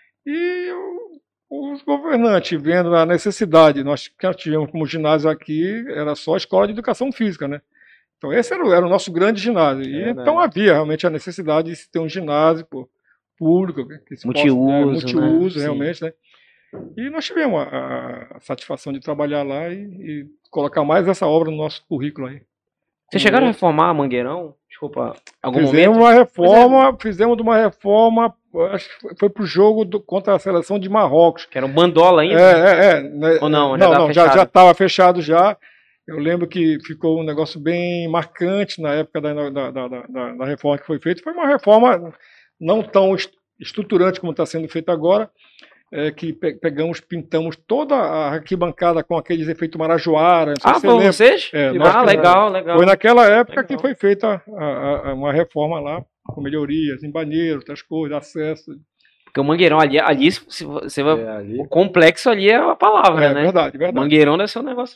E o- os governantes vendo a necessidade, nós que nós tivemos como ginásio aqui, era só a escola de educação física, né? Então esse era, o- era o nosso grande ginásio. E É, né? então havia realmente a necessidade de se ter um ginásio pô, público, que se Multiuso, possa, é, né? multiuso Sim. realmente, né? E nós tivemos a, a satisfação de trabalhar lá e, e colocar mais essa obra no nosso currículo aí. Vocês chegaram a reformar Mangueirão? Desculpa, algum Fizemos momento? uma reforma, fizemos uma reforma, acho que foi- foi pro jogo do- contra a seleção de Marrocos. Que era um bandola É, ainda? é, é. né, Ou não, já não, tava não, já fechado? já estava fechado já. Eu lembro que ficou um negócio bem marcante na época da, da, da, da- da reforma que foi feita. Foi uma reforma não tão est- estruturante como está sendo feita agora, é, que pe- pegamos, pintamos toda a arquibancada com aqueles efeitos marajoara. Não sei Ah, se você foram lembra. vocês? É, ah, nós- legal, legal. Foi naquela época Legal. que foi feita a- a- a- uma reforma lá, com melhorias em banheiro, outras coisas, acesso. Porque o Mangueirão ali, ali se você vai, É, ali. o complexo ali é a palavra, É né? verdade, verdade. Mangueirão deve ser um negócio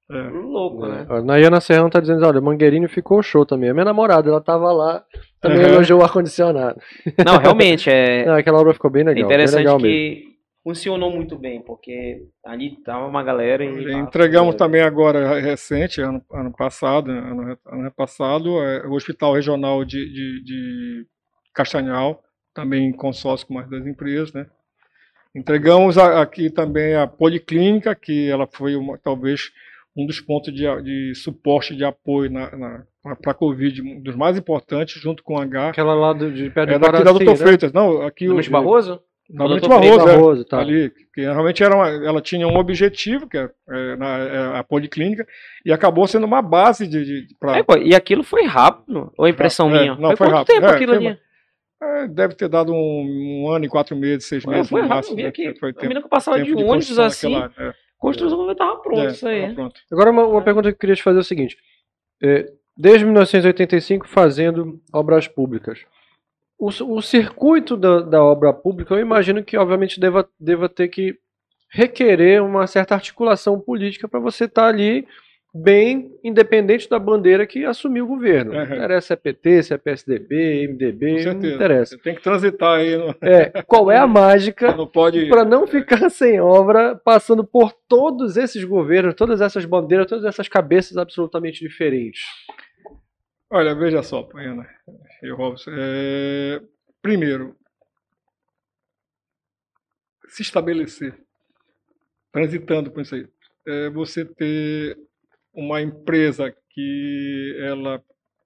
É. Louco, né? A Nayana Serrão tá dizendo, olha, Mangueirinho ficou show também. A minha namorada, ela tava lá, também Uhum. elogiou o ar-condicionado. Não, realmente, é, Não, aquela obra ficou bem é legal. interessante bem legal mesmo. que funcionou muito bem, porque ali tava uma galera e... Entregamos também agora, recente, ano, ano passado, ano, ano passado, é, o Hospital Regional de, de, de Castanhal, também em consórcio com mais duas empresas, né? Entregamos a, aqui também a Policlínica, que ela foi uma, talvez um dos pontos de, de suporte de apoio para a Covid, um dos mais importantes, junto com a H. Aquela lá do, de perto É de daqui da Guaraci, doutor né? Freitas. Não, aqui o Luiz Barroso? Na Benito doutor Barroso, é, Barroso, tá. ali, que realmente era uma, ela tinha um objetivo, que é, é, na, é a Policlínica, e acabou sendo uma base de, de para É, pô, e aquilo foi rápido, ou é impressão É, minha? não, foi quanto rápido. tempo É, aquilo foi ali? É, deve ter dado um, um ano e quatro meses, seis Ué, meses foi no rápido, máximo. vi né? aqui. Foi A tempo, menina que passava de tempo ônibus construção assim, naquela- é. construção já tava pronto, É, isso aí. tava pronto. Agora, uma, uma pergunta que eu queria te fazer é o seguinte. É, desde mil novecentos e oitenta e cinco, fazendo obras públicas. O, o circuito da, da obra pública, eu imagino que, obviamente, deva, deva ter que requerer uma certa articulação política para você estar ali bem independente da bandeira que assumiu o governo. Não Uhum. interessa se é P T, se é P S D B, M D Com B, não certeza. interessa. Você tem que transitar aí, não, É, qual é a mágica não pode... para não ficar sem obra, passando por todos esses governos, todas essas bandeiras, todas essas cabeças absolutamente diferentes? Olha, veja só, Ana e Robson. É, primeiro, se estabelecer, transitando com isso aí, é você ter uma empresa que ela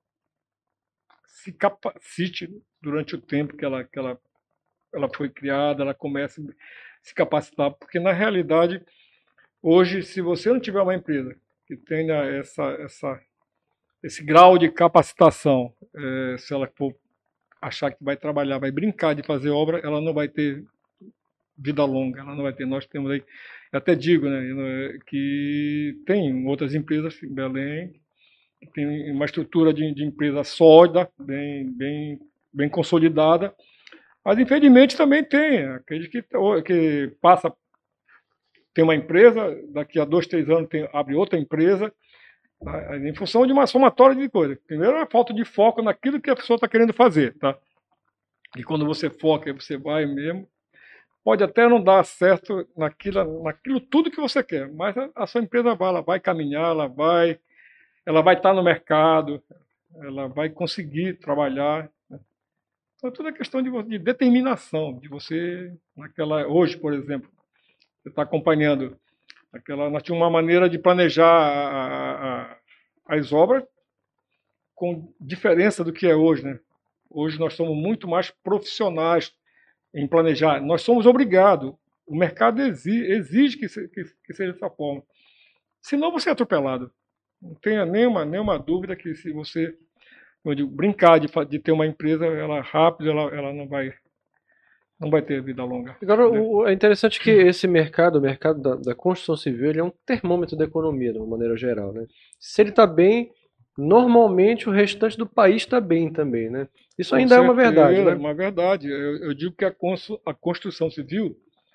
se capacite durante o tempo que ela, que ela, ela foi criada, ela comece a se capacitar, porque na realidade, hoje, se você não tiver uma empresa que tenha essa, essa, esse grau de capacitação, é, se ela for achar que vai trabalhar, vai brincar de fazer obra, ela não vai ter vida longa, ela não vai ter. Nós temos aí, eu até digo, né, que tem outras empresas em Belém, que tem uma estrutura de, de empresa sólida, bem, bem, bem consolidada, mas infelizmente também tem aquele que, que passa, tem uma empresa, daqui a dois, três anos tem, abre outra empresa, tá? Em função de uma somatória de coisas. Primeiro é a falta de foco naquilo que a pessoa está querendo fazer, tá? E quando você foca, você vai mesmo, pode até não dar certo naquilo, naquilo tudo que você quer, mas a, a sua empresa vai, ela vai caminhar, ela vai, ela vai estar no mercado, ela vai conseguir trabalhar. Né? Então, tudo é questão de, de determinação, de você, naquela, hoje, por exemplo, você está acompanhando, aquela, nós tínhamos uma maneira de planejar a, a, as obras com diferença do que é hoje, né? Hoje nós somos muito mais profissionais em planejar. Nós somos obrigados. O mercado exige, exige que, se, que, que seja dessa forma. Senão você é atropelado. Não tenha nenhuma, nenhuma dúvida que se você eu digo, brincar de, de ter uma empresa ela rápida, ela, ela não vai não vai ter vida longa. Agora, né? o, é interessante que esse mercado, o mercado da, da construção civil, ele é um termômetro da economia, de uma maneira geral, né? Se ele está bem, normalmente o restante do país está bem também, né? Isso ainda Com é uma verdade, certeza, né? É uma verdade. Eu, eu digo que a, constru, a construção civil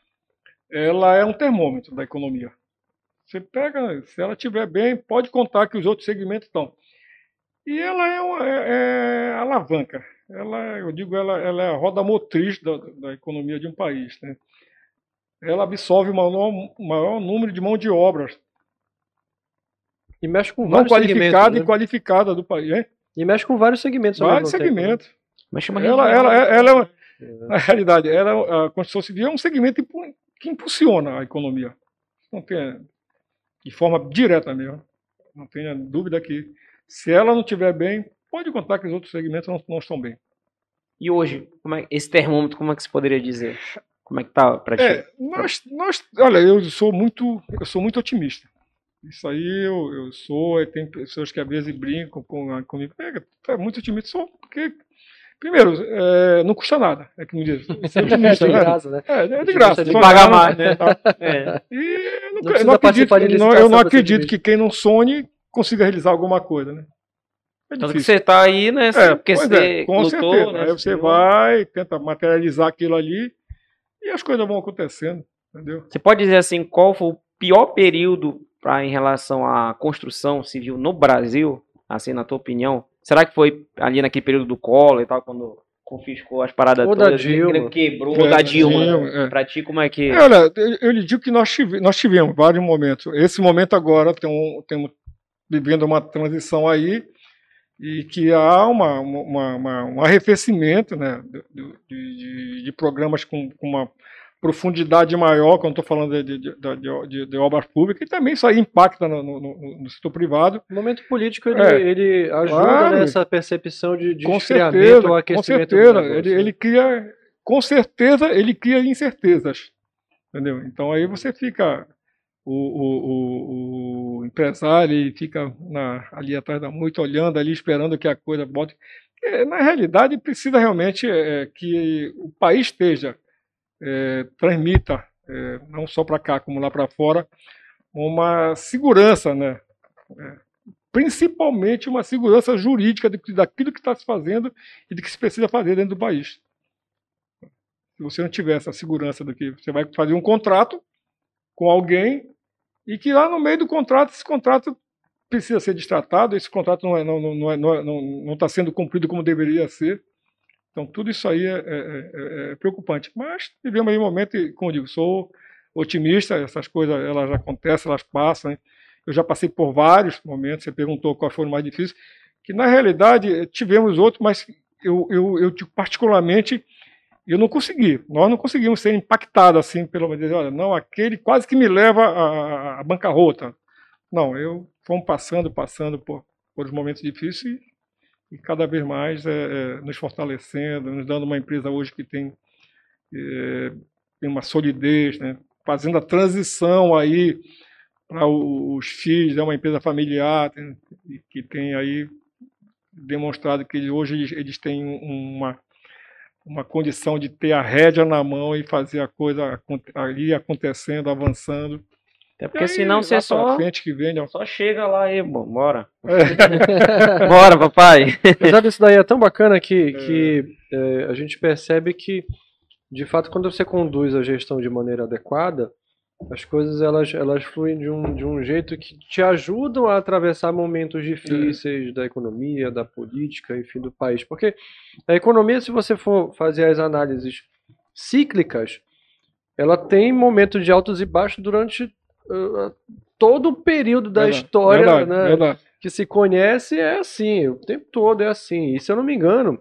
ela é um termômetro da economia. Você pega, se ela estiver bem, pode contar que os outros segmentos estão. E ela é uma é, é alavanca. Ela, eu digo, ela, ela é a roda motriz da, da economia de um país, né? Ela absorve o maior, maior número de mão de obra E mexe com não vários qualificada segmentos, e né? qualificada do país, hein? E mexe com vários segmentos ao Vários mesmo tempo, né? segmentos. Mas chama Ela, região, ela, né? ela é uma, na realidade, ela, a construção civil é um segmento impu- que impulsiona a economia. Não tem, de forma direta mesmo. Não tenha dúvida que, se ela não estiver bem, pode contar que os outros segmentos não, não estão bem. E hoje, como é, esse termômetro, como é que se poderia dizer? Como é que tá pra ti? É, nós, nós, olha, eu sou muito, eu sou muito otimista. Isso aí eu, eu sou, e tem pessoas que às vezes brincam com, comigo. É, tu é muito otimista, sou, porque, primeiro, é, não custa nada, é que me diz. Ser otimista, de né? graça, né? É, é de graça. De só pagar ganha, mais, né? tá? É. E eu não, Não eu precisa não acredito, participar de não- licitação eu não pra ser acredito otimista. que quem não sonhe consiga realizar alguma coisa, né? É Tanto que difícil. você tá aí, né? É, Porque pois você é, com lutou, certeza. né? Aí você Você- vai, tenta materializar aquilo ali e as coisas vão acontecendo, entendeu? Você pode dizer assim, qual foi o pior período pra, em relação à construção civil no Brasil, assim, na tua opinião? Será que foi ali naquele período do Collor e tal, quando confiscou as paradas Ou da todas, Dilma. quebrou, É, ou da Dilma? Dilma, é. Pra ti, como é que... É, olha, eu, eu lhe digo que nós, tive, nós tivemos vários momentos. Esse momento agora, temos tem, vivendo uma transição aí, e que há uma, uma, uma, um arrefecimento, né, de, de, de programas com, com uma profundidade maior, quando estou falando de, de, de, de, de obras públicas, e também isso aí impacta no, no, no setor privado. O momento político ele, É, ele ajuda claro. nessa percepção de, de Com esfriamento certeza, ou com aquecimento do certeza. negócio, Ele, né? ele cria, com certeza, ele cria incertezas, entendeu? Então aí você fica, o, o, o, o empresário ele fica na, ali atrás da moita, olhando ali, esperando que a coisa bote. É, na realidade, precisa realmente é, que o país esteja, é, transmita, é, não só para cá como lá para fora, uma segurança, né? É, principalmente uma segurança jurídica de, daquilo que está se fazendo e do que se precisa fazer dentro do país. Se você não tiver essa segurança do que você vai fazer um contrato com alguém e que lá no meio do contrato, esse contrato precisa ser destratado, esse contrato não está não, não é, não é, não, não tá sendo cumprido como deveria ser. Então, tudo isso aí é, é, é preocupante. Mas vivemos aí um momento, e, como eu digo, sou otimista, essas coisas elas acontecem, elas passam. Hein? Eu já passei por vários momentos, você perguntou qual foi o mais difícil, que na realidade tivemos outros, mas eu, eu, eu particularmente, eu não consegui. Nós não conseguimos ser impactados assim, pelo menos, olha, não, aquele quase que me leva à, à bancarrota. Não, eu fomos passando, passando por, por momentos difíceis e, e cada vez mais é, é, nos fortalecendo, nos dando uma empresa hoje que tem, é, tem uma solidez, né? Fazendo a transição aí para os filhos, é uma empresa familiar tem, que tem aí demonstrado que hoje eles, eles têm uma, uma condição de ter a rédea na mão e fazer a coisa ali acontecendo, avançando. Até porque senão você só, frente que vem, ó. só chega lá e bom, bora. É. Bora, papai. Apesar disso daí é tão bacana que, que é, a gente percebe que, de fato, quando você conduz a gestão de maneira adequada, as coisas elas, elas fluem de um, de um jeito que te ajudam a atravessar momentos difíceis da economia, da política, enfim, do país. Porque a economia, se você for fazer as análises cíclicas, ela tem momentos de altos e baixos durante uh, todo o período da Verdade, história, verdade, né, verdade. que se conhece, é assim, o tempo todo é assim. E se eu não me engano,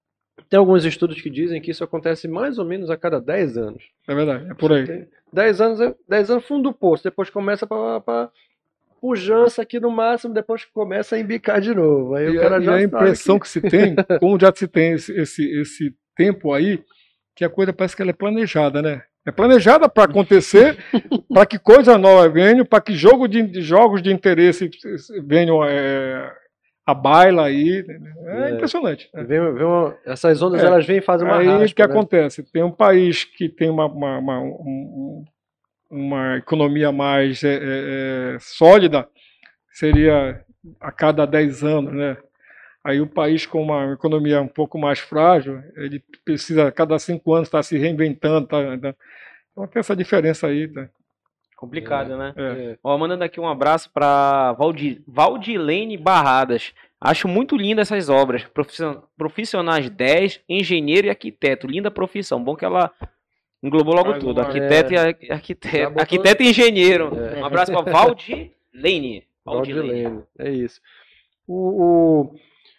tem alguns estudos que dizem que isso acontece mais ou menos a cada dez anos. É verdade, é por aí. dez anos, dez anos fundo do poço, depois começa para pujança aqui no máximo, depois começa a embicar de novo. Aí E, o cara e já a impressão que... que se tem, como já se tem esse, esse, esse tempo aí, que a coisa parece que ela é planejada, né? É planejada para acontecer, para que coisa nova venha, para que jogo de, jogos de interesse venham é, à baila aí. É, é impressionante. Né? Vem, vem uma, essas ondas, É. elas vêm e fazem uma Aí o raspa, que né? acontece? Tem um país que tem uma, uma, uma, um- uma economia mais é, é, é, sólida, seria a cada dez anos, né? Aí o país com uma economia um pouco mais frágil, ele precisa a cada cinco anos estar se reinventando. Tá, tá. Então tem essa diferença aí. Tá? Complicado, né? É. Ó, mandando aqui um abraço para Valdi, Valdilene Barradas. Acho muito linda essas obras. Profission- Profissionais dez, engenheiro e arquiteto. Linda profissão. Bom que ela englobou logo Mais tudo. uma- Arquiteto é. e ar- Já arquiteto. botou- Arquiteto e engenheiro. É. Um abraço para Valdilene. Valdilene. Valdilene, é isso. O, o-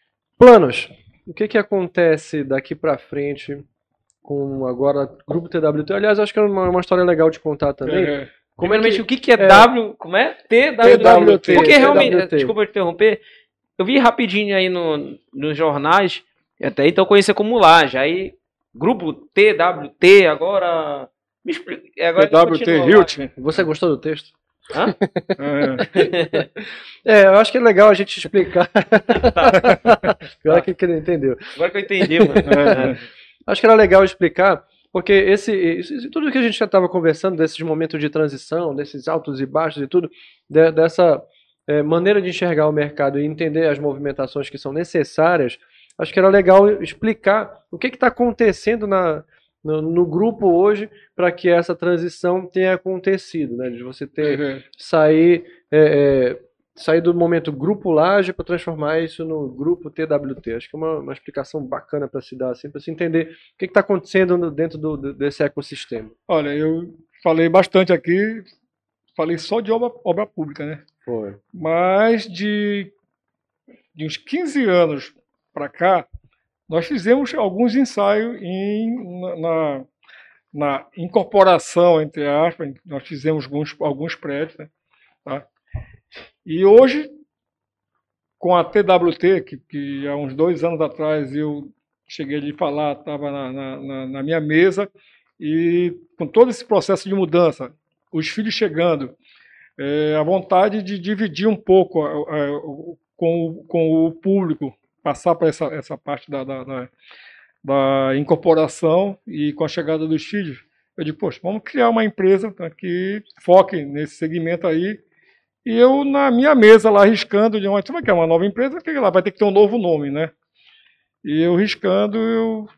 Planos. O que que acontece daqui pra frente com agora Grupo T W T? Aliás, acho que é uma, uma história legal de contar também. É. Como é Primeiramente, que... o que, que é, é. W? Como é? T W T. T W T, Porque realmente, T W T. desculpa te interromper, eu vi rapidinho aí no, nos jornais, e até então eu conhecia como Laje, aí grupo T W T, agora me explica. Agora T W T continua, Hilt. Você gostou do texto? Hã? É. É, eu acho que é legal a gente explicar. Pior que ele entendeu. Agora que eu entendi, mano. É. Acho que era legal explicar, porque esse, isso- tudo que a gente já estava conversando, desses momentos de transição, desses altos e baixos e tudo, de- dessa é, maneira de enxergar o mercado e entender as movimentações que são necessárias, acho que era legal explicar o que está acontecendo na, no, no grupo hoje para que essa transição tenha acontecido, né? De você ter É, sair, é, é, sair do momento grupo Laje para transformar isso no grupo T W T. Acho que é uma, uma explicação bacana para se dar, assim, para se entender o que está acontecendo no- dentro do, do- desse ecossistema. olha, eu falei bastante aqui, falei só de obra, obra pública, né? Foi. Mas de, de uns quinze anos para cá, nós fizemos alguns ensaios em, na, na- na incorporação, entre aspas, nós fizemos alguns, alguns prédios, né? Tá? E hoje, com a T W T, que, que há uns dois anos atrás eu cheguei de falar, estava na, na- na- na minha mesa, e com todo esse processo de mudança, os filhos chegando, é, a vontade de dividir um pouco a- a- o- com, o- com o público, passar para essa, essa parte da, da, da- da incorporação e com a chegada dos filhos, eu digo, poxa, vamos criar uma empresa pra que foque nesse segmento aí. E eu, na minha mesa lá, riscando, de uma, como é que é uma nova empresa, que ela vai ter que ter um novo nome, né? E eu riscando, eu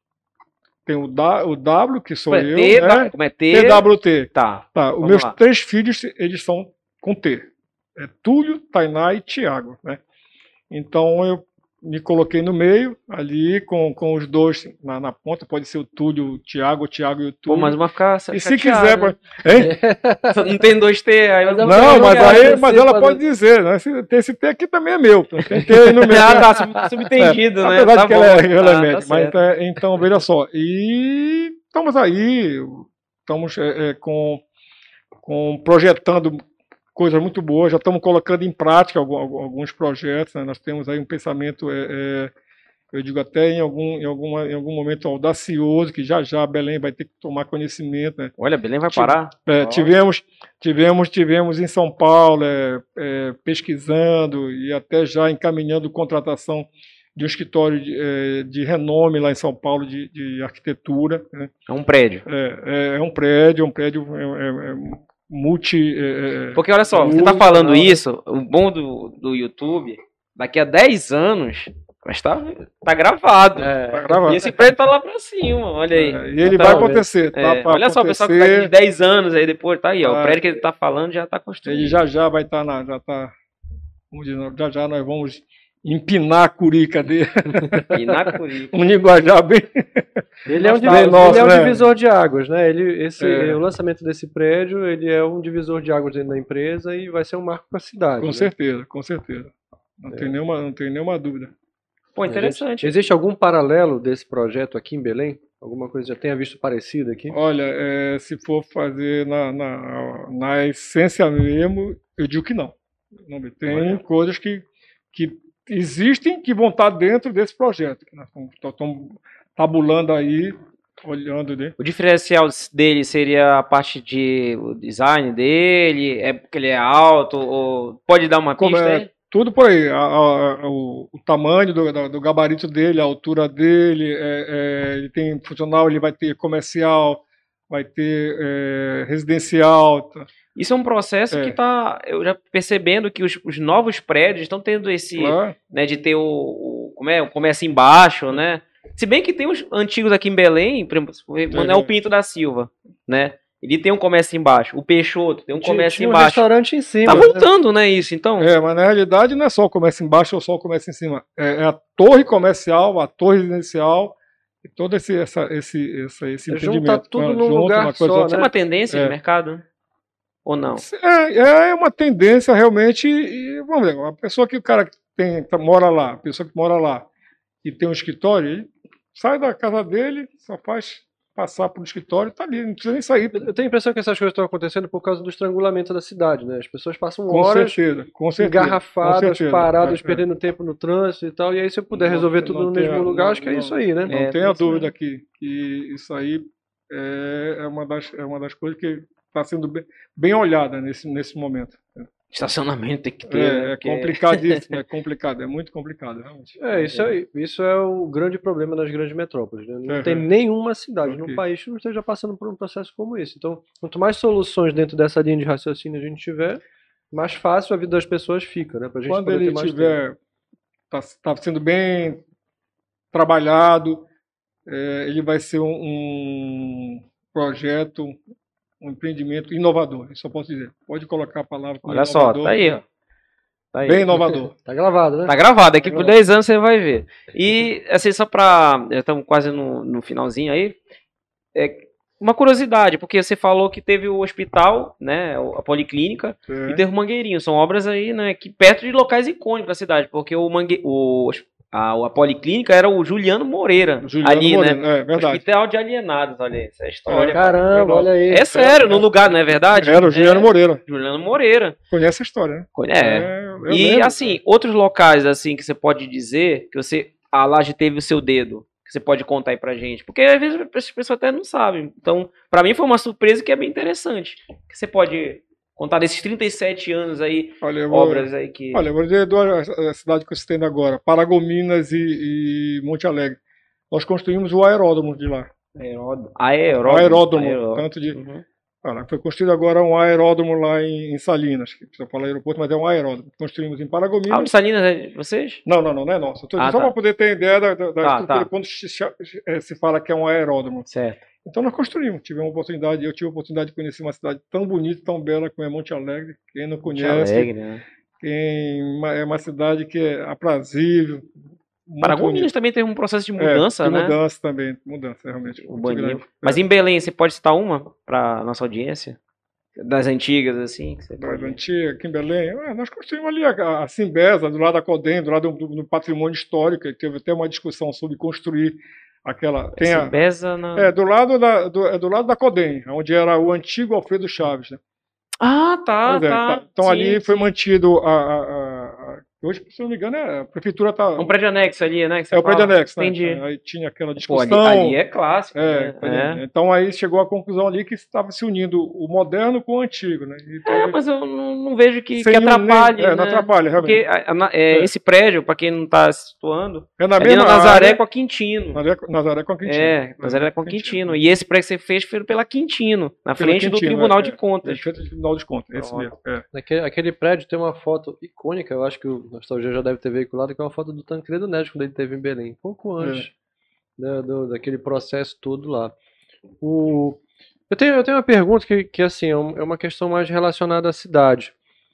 tenho o, da, o W, que sou Como é eu, T, né? como é T? T W T. Tá. Tá, os Vamos meus lá. três filhos, eles são com T. É Túlio, Tainá e Tiago, né? Então eu me coloquei no meio, ali, com, com os dois na, na ponta, pode ser o Túlio, o Tiago, o Tiago e o Pô, Túlio. mas uma ficar E se chateada, quiser... né? pra- Hein? Não tem dois T, aí eu Mas não... ela- Não, não mas, quero aí, aparecer mas ela pra- pode dizer, né? Esse, esse T aqui também é meu. Tem T aí no meio. Ah, tá, sub- subtendido, né? Apesar Tá de que bom. ela é, ela é Ah, média. tá Mas certo. é, então, veja só. E estamos aí, estamos é, é, com, com projetando coisas muito boas, já estamos colocando em prática algum- alguns projetos, né? Nós temos aí um pensamento, é, é, eu digo até em algum, em, alguma, em algum momento audacioso, que já já Belém vai ter que tomar conhecimento, né? Olha, Belém vai parar. É, Ó. tivemos, tivemos, tivemos em São Paulo é, é, pesquisando e até já encaminhando contratação de um escritório de, é, de renome lá em São Paulo de, de arquitetura, né? É um prédio. É, é, é um prédio, é um prédio é, é, é multi. é, é, Porque olha só, você tá falando isso, o bom do, do YouTube, daqui a dez anos, mas tá, tá gravado. É. tá gravado. E esse prédio tá lá pra cima, olha aí. É, e ele Então, vai acontecer, tá? é, pra olha só, o pessoal que acontecer. daqui de dez anos aí depois, tá aí, ó. O Ah, prédio que ele tá falando já tá construído. Ele já já vai estar na. Já tá, vamos dizer, já já nós vamos empinar a curica dele. E na Curica. Um linguajar bem. Ele é um, Mas divi- tá, ele nossa, é um né? divisor de águas, né? Ele, esse, É. O lançamento desse prédio, ele é um divisor de águas dentro da empresa e vai ser um marco para a cidade. Com né? certeza, com certeza. Não, tem nenhuma, não tem nenhuma dúvida. Pô, interessante. Existe algum paralelo desse projeto aqui em Belém? Alguma coisa que já tenha visto parecida aqui? Olha, é, se for fazer na, na, na essência mesmo, eu digo que não. Não, tem coisas que, que existem que vão estar dentro desse projeto. Que nós estamos tabulando aí, olhando, né? O diferencial dele seria a parte de o design dele, é porque ele é alto, ou pode dar uma Como pista é, aí? tudo por aí. A- a- a- o, o tamanho do, da- do gabarito dele, a altura dele, é, é, ele tem funcional, ele vai ter comercial, vai ter é, residencial. tá? Isso é um processo É. que tá, eu já percebendo que os, os novos prédios estão tendo esse, Claro. né, de ter o, o como é, o comércio embaixo, né? Se bem que tem os antigos aqui em Belém, por exemplo, o Manuel Pinto da Silva, né? Ele tem um comércio embaixo. O Peixoto tem um Tinha- comércio tinha um embaixo. restaurante em cima. Tá né? voltando, né, isso? Então, É, mas na realidade não é só o comércio embaixo ou só o comércio em cima. É, é a torre comercial, a torre residencial e todo esse, essa, esse, essa, esse É juntar empreendimento. tudo né, num junto, lugar uma coisa- só, isso é né? uma tendência É. de mercado? Ou não? É, é uma tendência realmente. E, vamos ver, a pessoa que o cara que tem, tá- mora lá, a pessoa que mora lá e tem um escritório, ele sai da casa dele, só faz passar para o escritório e tá ali, não precisa nem sair. Eu tenho a impressão que essas coisas estão acontecendo por causa do estrangulamento da cidade, né? As pessoas passam Com horas certeza, com certeza. engarrafadas, com certeza. paradas, É, é. perdendo tempo no trânsito e tal. E aí, se eu puder Não- resolver tudo não no tem mesmo a- lugar, não- acho que é não- isso aí, né? Não É, tenha isso dúvida que, que isso aí é, é, uma das, é uma das coisas que está sendo bem, bem olhada nesse, nesse momento. Estacionamento tem que ter. né? É, é Porque- complicadíssimo, é complicado, é muito complicado, realmente. É, isso é, isso é o grande problema nas grandes metrópoles, né? Não Uhum. tem nenhuma cidade Ok. no país que não esteja passando por um processo como esse. Então, quanto mais soluções dentro dessa linha de raciocínio a gente tiver, mais fácil a vida das pessoas fica, né? Pra gente Quando poder ele ter mais tempo. tiver, está tá sendo bem trabalhado, é, ele vai ser um, um projeto, um empreendimento inovador, isso eu posso dizer. Pode colocar a palavra como Olha só, inovador. tá aí, ó. Tá aí. Bem inovador. Tá gravado, né? Tá gravado, daqui Tá por gravado. dez anos você vai ver. E, assim, só pra. Estamos quase no, no finalzinho aí. É uma curiosidade, porque você falou que teve o hospital, né? A policlínica, É. e teve o Mangueirinho. São obras aí, né? Que perto de locais icônicos da cidade, porque o Mangue... o, a, a policlínica era o Juliano Moreira. Juliano ali, Moreno, né? é verdade. Hospital de Alienados, olha aí, essa é a história. Caramba, olha aí. É sério, no lugar, não é verdade? Era o Juliano É, Moreira. Juliano Moreira. Conhece a história, né? É. eu E lembro. assim, outros locais assim que você pode dizer que você a Laje teve o seu dedo, que você pode contar aí pra gente, porque às vezes as pessoas até não sabem. Então, pra mim foi uma surpresa que é bem interessante. Que você pode contar desses trinta e sete anos aí, Olha, eu vou, obras aí que olha, eu vou dizer duas a cidade que eu citei agora, Paragominas e, e Monte Alegre. Nós construímos o aeródromo de lá. Aeródromo. Aeródromo. Aeródromo, Aeródromo. tanto de Uhum. Olha, foi construído agora um aeródromo lá em, em Salinas, que precisa falar aeroporto, mas é um aeródromo. Construímos em Ah, o Paragominas. de Salinas é de vocês? Não, não, não, não é nosso. Eu tô dizendo Ah, só tá. para poder ter ideia da, da, da Tá, estrutura tá. quando se, se- se fala que é um aeródromo. Certo. Então nós construímos, tivemos uma oportunidade, eu tive a oportunidade de conhecer uma cidade tão bonita, tão bela como é Monte Alegre. Quem não Monte conhece, Alegre, né? quem, é uma cidade que é aprazível. muito Paragominas bonita. também teve um processo de É, mudança, de né? mudança também, mudança, realmente. O muito Baninho. grande. Mas É. em Belém, você pode citar uma para nossa audiência? Das antigas, assim? Que você Da pode... antiga, aqui em Belém, ah, nós construímos ali a, a Simbesa, do lado da Codem, do lado do, do patrimônio histórico, que teve até uma discussão sobre construir aquela. Tem a, Beza na... é, do lado da, do, é do lado da Codem, onde era o antigo Alfredo Chaves. Né? Ah, tá, Pois é, tá. tá. Então Sim, ali foi sim. mantido a, a- a- a- hoje, se não me engano, é, a prefeitura está. Um prédio anexo ali, né? que você É o prédio fala. anexo, né? Entendi. Aí tinha aquela Pô, discussão. ali, ali é clássico, É, né? É. Então aí chegou à conclusão ali que estava se unindo o moderno com o antigo, né? E É, talvez- mas eu não, não vejo que, sem que nenhum- atrapalhe, é, né? não atrapalha, realmente. Porque a- a- na- é, É. esse prédio, pra quem não tá se situando, É na é ali mesma na Nazaré área, com a Quintino. Nazaré, Nazaré com a Quintino. É, Nazaré com a Quintino. E esse prédio que você fez foi pela Quintino, na Pela frente do Quintino, Tribunal é, de é. Contas. Frente do Tribunal de Contas, esse Pronto. mesmo. É. Aquele, aquele prédio tem uma foto icônica, eu acho que o Nostalgia já deve ter veiculado, que é uma foto do Tancredo Neves quando ele esteve em Belém, pouco antes né, do- daquele processo todo lá. O, eu, tenho, eu tenho uma pergunta que, que assim, é um- é uma questão mais relacionada à cidade.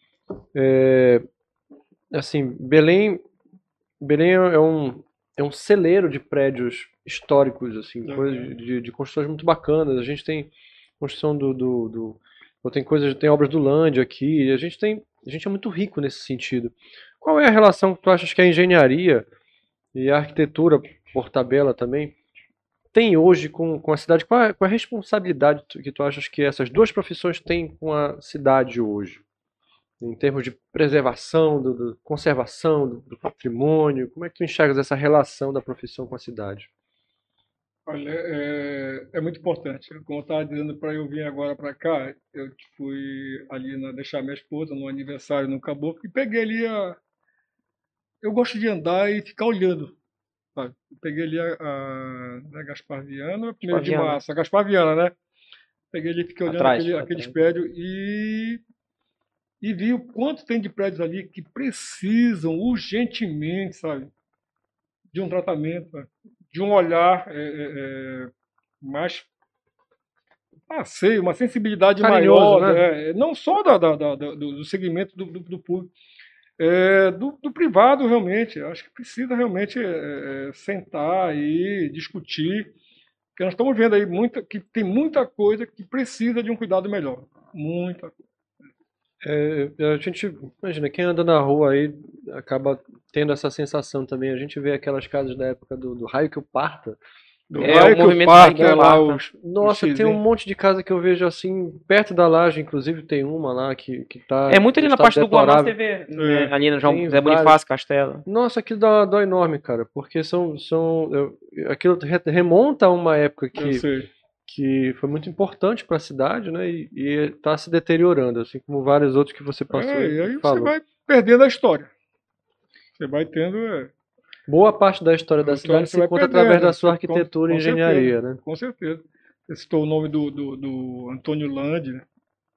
É, assim, Belém, Belém é um, é um celeiro de prédios históricos, assim, Uhum. coisas de, de construções muito bacanas. A gente tem construção do, do, do ou tem coisas, tem obras do Land aqui, e a gente tem, a gente é muito rico nesse sentido. Qual é a relação que tu achas que a engenharia e a arquitetura, por tabela também, tem hoje com, com a cidade? Qual é, qual é a responsabilidade tu- que tu achas que essas duas profissões têm com a cidade hoje? Em termos de preservação, do, do- conservação do, do patrimônio, como é que tu enxergas essa relação da profissão com a cidade? Olha, é, é muito importante. Como eu estava dizendo para eu vir agora para cá, eu fui ali na, deixar minha esposa no aniversário no Caboclo e peguei ali a. Eu gosto de andar e ficar olhando. Sabe? Eu peguei ali a, a né, Gaspar Viana, primeiro de Viana. março, a Gaspar Viana, né? Peguei ali e fiquei olhando Atrás, aquele- atrás. aqueles prédios e, e vi o quanto tem de prédios ali que precisam urgentemente, sabe? De um tratamento, sabe? De um olhar é, é, é, mais, ah, sei, uma sensibilidade Carinhoso, maior, né? né? Não só da, da- da- do, do segmento do, do, do público, é, do, do privado realmente. Eu acho que precisa realmente é, é, sentar e discutir, porque nós estamos vendo aí muita, que tem muita coisa que precisa de um cuidado melhor, muita coisa. É, a gente, imagina, quem anda na rua aí acaba tendo essa sensação também. A gente vê aquelas casas da época do, do Raio que o Parta. Do É, raio o que movimento parque, Raio que é lá Parta. os, Nossa, os tem um X, monte de casa que eu vejo assim, perto da laje, inclusive tem uma lá que, que tá. É muito ali em na estado parte do Guamá, você deplorável. vê, né, ali no João Tem Zé vários. Bonifácio, Castelo. Nossa, aquilo dá dó enorme, cara, porque são, são eu- aquilo re- remonta a uma época eu que, sei. que foi muito importante para a cidade, né? E, e tá se deteriorando, assim como vários outros que você passou É, e e aí você falou. vai perdendo a história. Você vai tendo. é, Boa parte da história da A cidade história você se vai conta perdendo, através da sua com- arquitetura e com engenharia, certeza. né? Com certeza. Você citou o nome do, do, do Antônio Landi, né?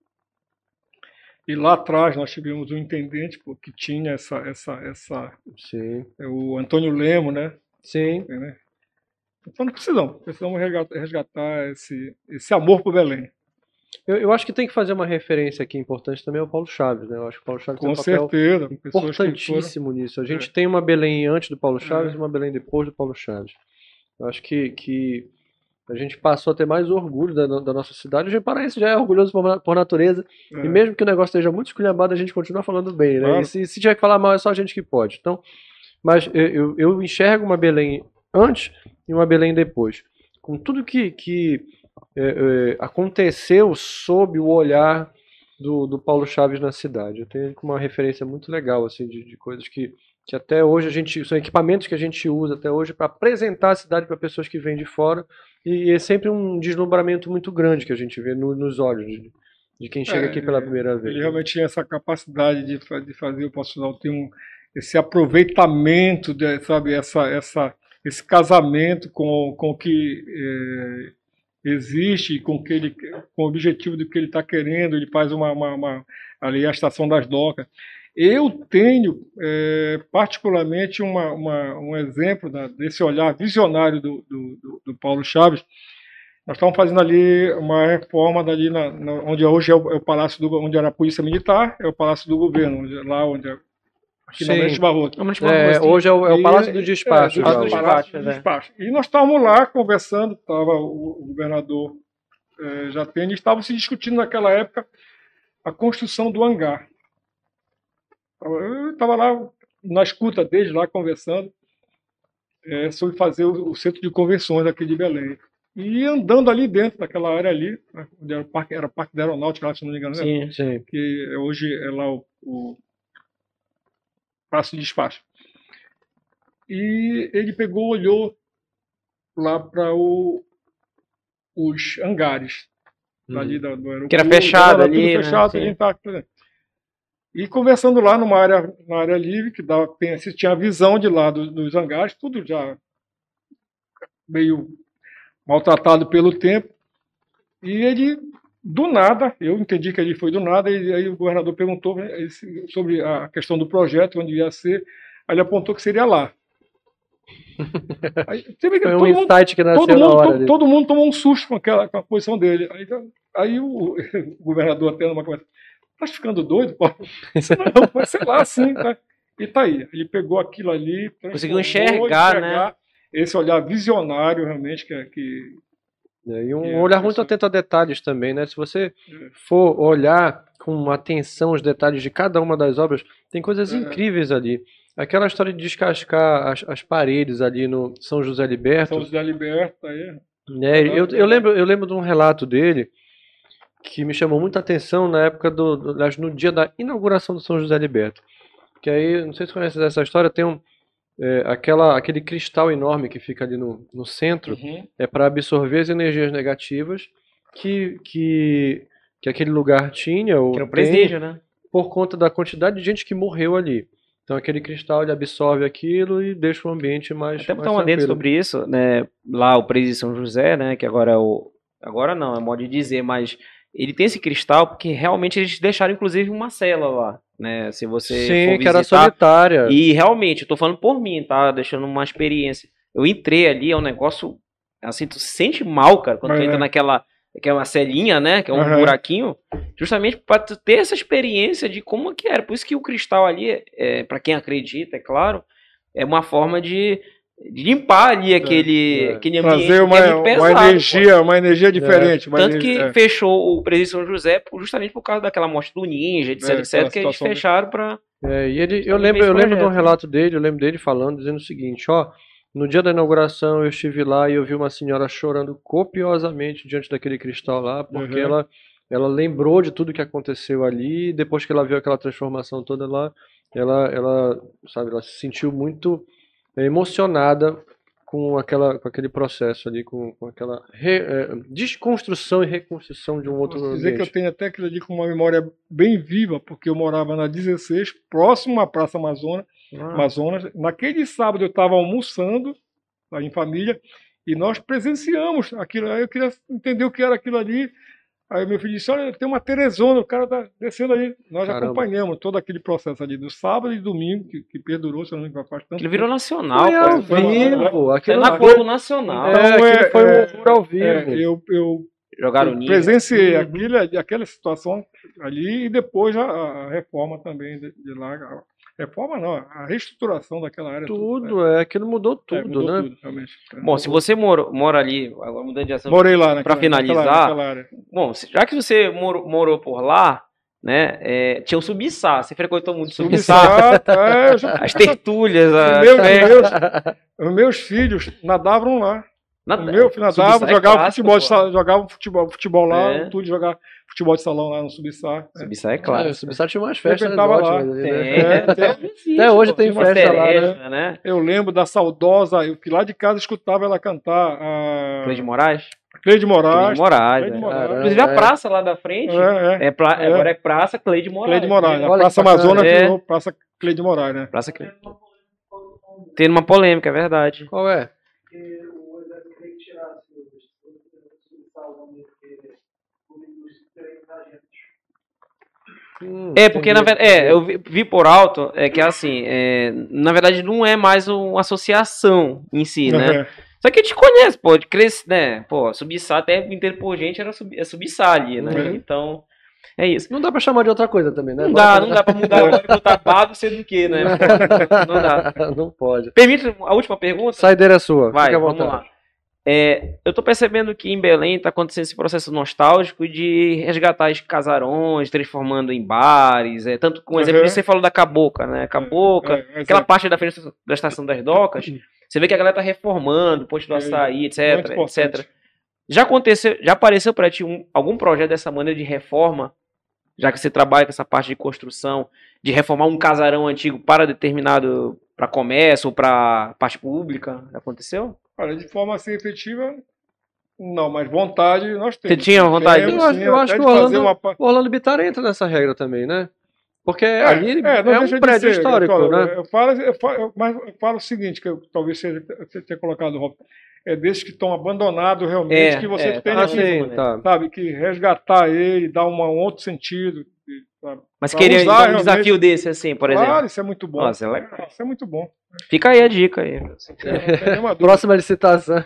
E lá atrás nós tivemos um intendente pô, que tinha essa, essa, essa, Sim, é o Antônio Lemo, né? sim. né? Então não precisamos, precisamos resgatar, resgatar esse, esse amor por Belém. Eu, eu acho que tem que fazer uma referência aqui importante também ao Paulo Chaves, né? Eu acho que o Paulo Chaves Com tem um papel certeza. pessoas que foram- importantíssimo nisso. A gente É. tem uma Belém antes do Paulo Chaves É. e uma Belém depois do Paulo Chaves. Eu acho que, que a gente passou a ter mais orgulho da, no- da nossa cidade. O Japaraense já é orgulhoso por, na- por natureza. É. E mesmo que o negócio esteja muito esculhambado, a gente continua falando bem, né? Claro. E se, se tiver que falar mal, é só a gente que pode. Então, mas eu, eu, eu enxergo uma Belém antes e uma Belém depois. Com tudo que, que é, é, aconteceu sob o olhar do, do Paulo Chaves na cidade. Eu tenho uma referência muito legal, assim, de, de coisas que, que até hoje a gente, são equipamentos que a gente usa até hoje para apresentar a cidade para pessoas que vêm de fora, e é sempre um deslumbramento muito grande que a gente vê no- nos olhos de, de quem chega É, aqui pela é, primeira vez. Ele realmente tinha essa capacidade de, fa- de fazer o profissional ter um, esse aproveitamento, de, sabe, essa, essa, esse casamento com, com o que eh, existe, com, o que ele, com o objetivo do que ele está querendo. Ele faz uma, uma, uma- ali a Estação das Docas. Eu tenho, eh, particularmente, uma, uma- um exemplo da- desse olhar visionário do, do, do- do Paulo Chaves. Nós estávamos fazendo ali uma reforma dali na, na- onde hoje é o, é o Palácio do, onde era a Polícia Militar, é o Palácio do Governo, onde, lá onde é, aqui na Sim. Mendes Barroso. Vamos É, hoje é o, é o E- Palácio do Despacho. É, já do hoje. Palácio despacho, do né? Despacho. E nós estávamos lá conversando, estava o, o governador eh, Jatene, estavam se discutindo naquela época a construção do hangar. Eu estava lá na escuta deles, lá conversando eh, sobre fazer o, o centro de convenções aqui de Belém. E andando ali dentro daquela área ali, né, onde era o parque, era o Parque da Aeronáutica, lá, se não me engano, né? Sim. Sim. Que hoje é lá o, o Palácio de Despacho. E ele pegou, olhou lá para os hangares ali da- do aeroporto. Que era fechado era tudo ali, né? fechado, Sim. a gente tava- E conversando lá numa área, na área livre, que dava, tem- você tinha a visão de lá do- dos hangares, tudo já meio maltratado pelo tempo. E ele, do nada, eu entendi que ele foi do nada, e aí o governador perguntou né, esse- sobre a questão do projeto, onde ia ser, aí ele apontou que seria lá. Aí, você vê que Foi um todo mundo- insight que nasceu todo na mundo, hora. to- ali. todo mundo tomou um susto com, aquela, com a posição dele. Aí, aí o, o governador até numa conversa, tá ficando doido, Paulo? Disse, Não, foi, sei lá, assim, tá? E tá aí. Ele pegou aquilo ali, Conseguiu transformou, enxergar, né? esse olhar visionário realmente que, é- que É, e um É, olhar muito isso. atento a detalhes também, né? Se você for olhar com atenção os detalhes de cada uma das obras, tem coisas É. incríveis ali. Aquela história de descascar as, as paredes ali no São José Liberto, São José Liberto, aí. né? Eu, eu lembro, eu lembro de um relato dele que me chamou muita atenção na época do, do aliás, no dia da inauguração do São José Liberto. Que aí, não sei se você conhece essa história, tem um, é, aquela, aquele cristal enorme que fica ali no, no centro, Uhum. é para absorver as energias negativas que, que, que aquele lugar tinha, ou Que era o tem, presídio, né? por conta da quantidade de gente que morreu ali. Então aquele cristal ele absorve aquilo e deixa o ambiente mais, Até mais botar uma dentro tranquilo. sobre isso, né? Lá o presídio São José, né? Que agora é o. Agora não, é modo de dizer, mas ele tem esse cristal porque realmente eles deixaram inclusive uma cela lá, né? Se você Sim, for que era visitar. solitária. E realmente, eu tô falando por mim, tá? Deixando uma experiência. Eu entrei ali, é um negócio. Assim, tu se sente mal, cara, quando Mas tu entra é. naquela. Que é uma celinha, né? Que é um Aham. buraquinho. Justamente pra tu ter essa experiência de como que era. Por isso que o cristal ali, é, para quem acredita, é claro, é uma forma de, de limpar ali aquele, é. aquele ambiente Trazer que uma, é muito pesado. uma energia, uma energia diferente. uma Tanto que energia- é. fechou o presídio São José por- justamente por causa daquela morte do ninja, etc, É, etc, aquela que eles situação de- fecharam pra. É, e ele, eu Também lembro, esse eu lembro de um projeto, né? relato dele, eu lembro dele falando, dizendo o seguinte, ó, no dia da inauguração eu estive lá e eu vi uma senhora chorando copiosamente diante daquele cristal lá, porque Uhum. ela, ela lembrou de tudo que aconteceu ali, e depois que ela viu aquela transformação toda lá, ela, ela, sabe, ela se sentiu muito é, emocionada com, aquela, com aquele processo ali, com, com aquela re- é, desconstrução e reconstrução de um outro Posso dizer que eu ambiente. tenho até aquilo ali com uma memória bem viva, porque eu morava na dezesseis, próximo à Praça Amazonas, Ah, Amazonas. Naquele sábado eu estava almoçando lá em família e nós presenciamos aquilo. Aí eu queria entender o que era aquilo ali. Aí meu filho disse, olha, tem uma Teresona, o cara tá descendo ali. Nós Caramba. acompanhamos todo aquele processo ali do sábado e domingo, que, que perdurou, se eu não me engano, faz tanto Aquilo virou tempo. nacional, Foi ao pô. foi uma- vivo. É Aquilo na foi, Globo Nacional. é, Então, aquilo é, foi um é, horror ao É, vivo. eu, eu Jogaram Ninja. presenciei Uhum. aquilo, aquela situação ali e depois a, a reforma também de, de lá. A reforma não, a reestruturação daquela área. Tudo, é, aquilo mudou é, tudo, mudou né? tudo, realmente. É. Bom, se você mora, mora ali, agora mudando de assunto. Morei lá naquela, Pra finalizar, naquela, naquela área. Bom, se- já que você morou, morou por lá, né, é, tinha o Subiçá. Você frequentou muito o Subiçá? Subiçá, é, eu já- As tertúlias, as Meu- festas. meus, os meus filhos nadavam lá. Nada- O meu filho nadava, Subiçá é jogava clássico, futebol, de pô. salão, jogava futebol, futebol lá, É. tudo jogava futebol de salão lá no Subiçá. É. Subiçá é É, claro. o Subsat tinha umas festas Frequentava lá. ótimas ali, Tem, né? É, até tem- hoje existe, até hoje pô. tem Uma festa lá, seresta, né? Eu lembro da saudosa, eu que lá de casa escutava ela cantar a Cleide Moraes? Cleide Moraes. Cleide Moraes. Cleide é. Moraes. Inclusive a É. praça lá da frente É, é. é pra- É. agora é Praça Cleide Moraes. Cleide Moraes. A Olha Praça que bacana. Amazonas É. virou Praça Cleide Moraes, né? Praça Cleide. Tendo uma polêmica, é verdade. Qual é? Hum, É, porque na entendi. verdade, é, eu vi, vi por alto, é que assim, é, na verdade não é mais uma associação em si, né? É. Só que a gente conhece, pô, de crescer, né? Pô, Subiçá até inteiro por gente era sub, é Subiçá ali, né? Uhum. Então, é isso. Não dá pra chamar de outra coisa também, né? Não dá, não dá pra mudar agora e botar Bado sendo o quê, né? Pô, não dá. Não pode. Permite a última pergunta? Saideira é sua. Vai, Fica à vamos vontade. lá. É, eu tô percebendo que em Belém tá acontecendo esse processo nostálgico de resgatar os casarões, transformando em bares. É, tanto com exemplo Uhum. que você falou da Caboca, né? Caboca, É, é, aquela exato. parte da frente da estação das docas. Você vê que a galera tá reformando, posto do É, açaí, muito etc, importante. etcétera. Já aconteceu, já apareceu pra ti um- algum projeto dessa maneira de reforma? Já que você trabalha com essa parte de construção, de reformar um casarão antigo para determinado, para comércio ou para parte pública? Já aconteceu? Olha, de forma assim efetiva, não, mas vontade nós temos. Você tinha vontade? Temos, Eu acho- sim, eu acho até que de o fazer Orlando- uma pa- O Orlando Bittar entra nessa regra também, né? Porque É, ali é, não é um deixa de prédio ser, histórico, eu, né? Eu falo, eu falo, eu- mas eu falo o seguinte, que eu, talvez seja, você tenha colocado, Rob, é desses que estão abandonados realmente, É, que você é, tem tá que, assim, tá. sabe, que resgatar ele, dar um outro sentido. Sabe? Mas Pra queria usar então, um realmente. desafio desse, assim, por exemplo. Claro, isso é muito bom. Nossa, é legal. Isso é muito bom. Fica aí a dica aí. É, não tem nenhuma dúvida. Próxima licitação.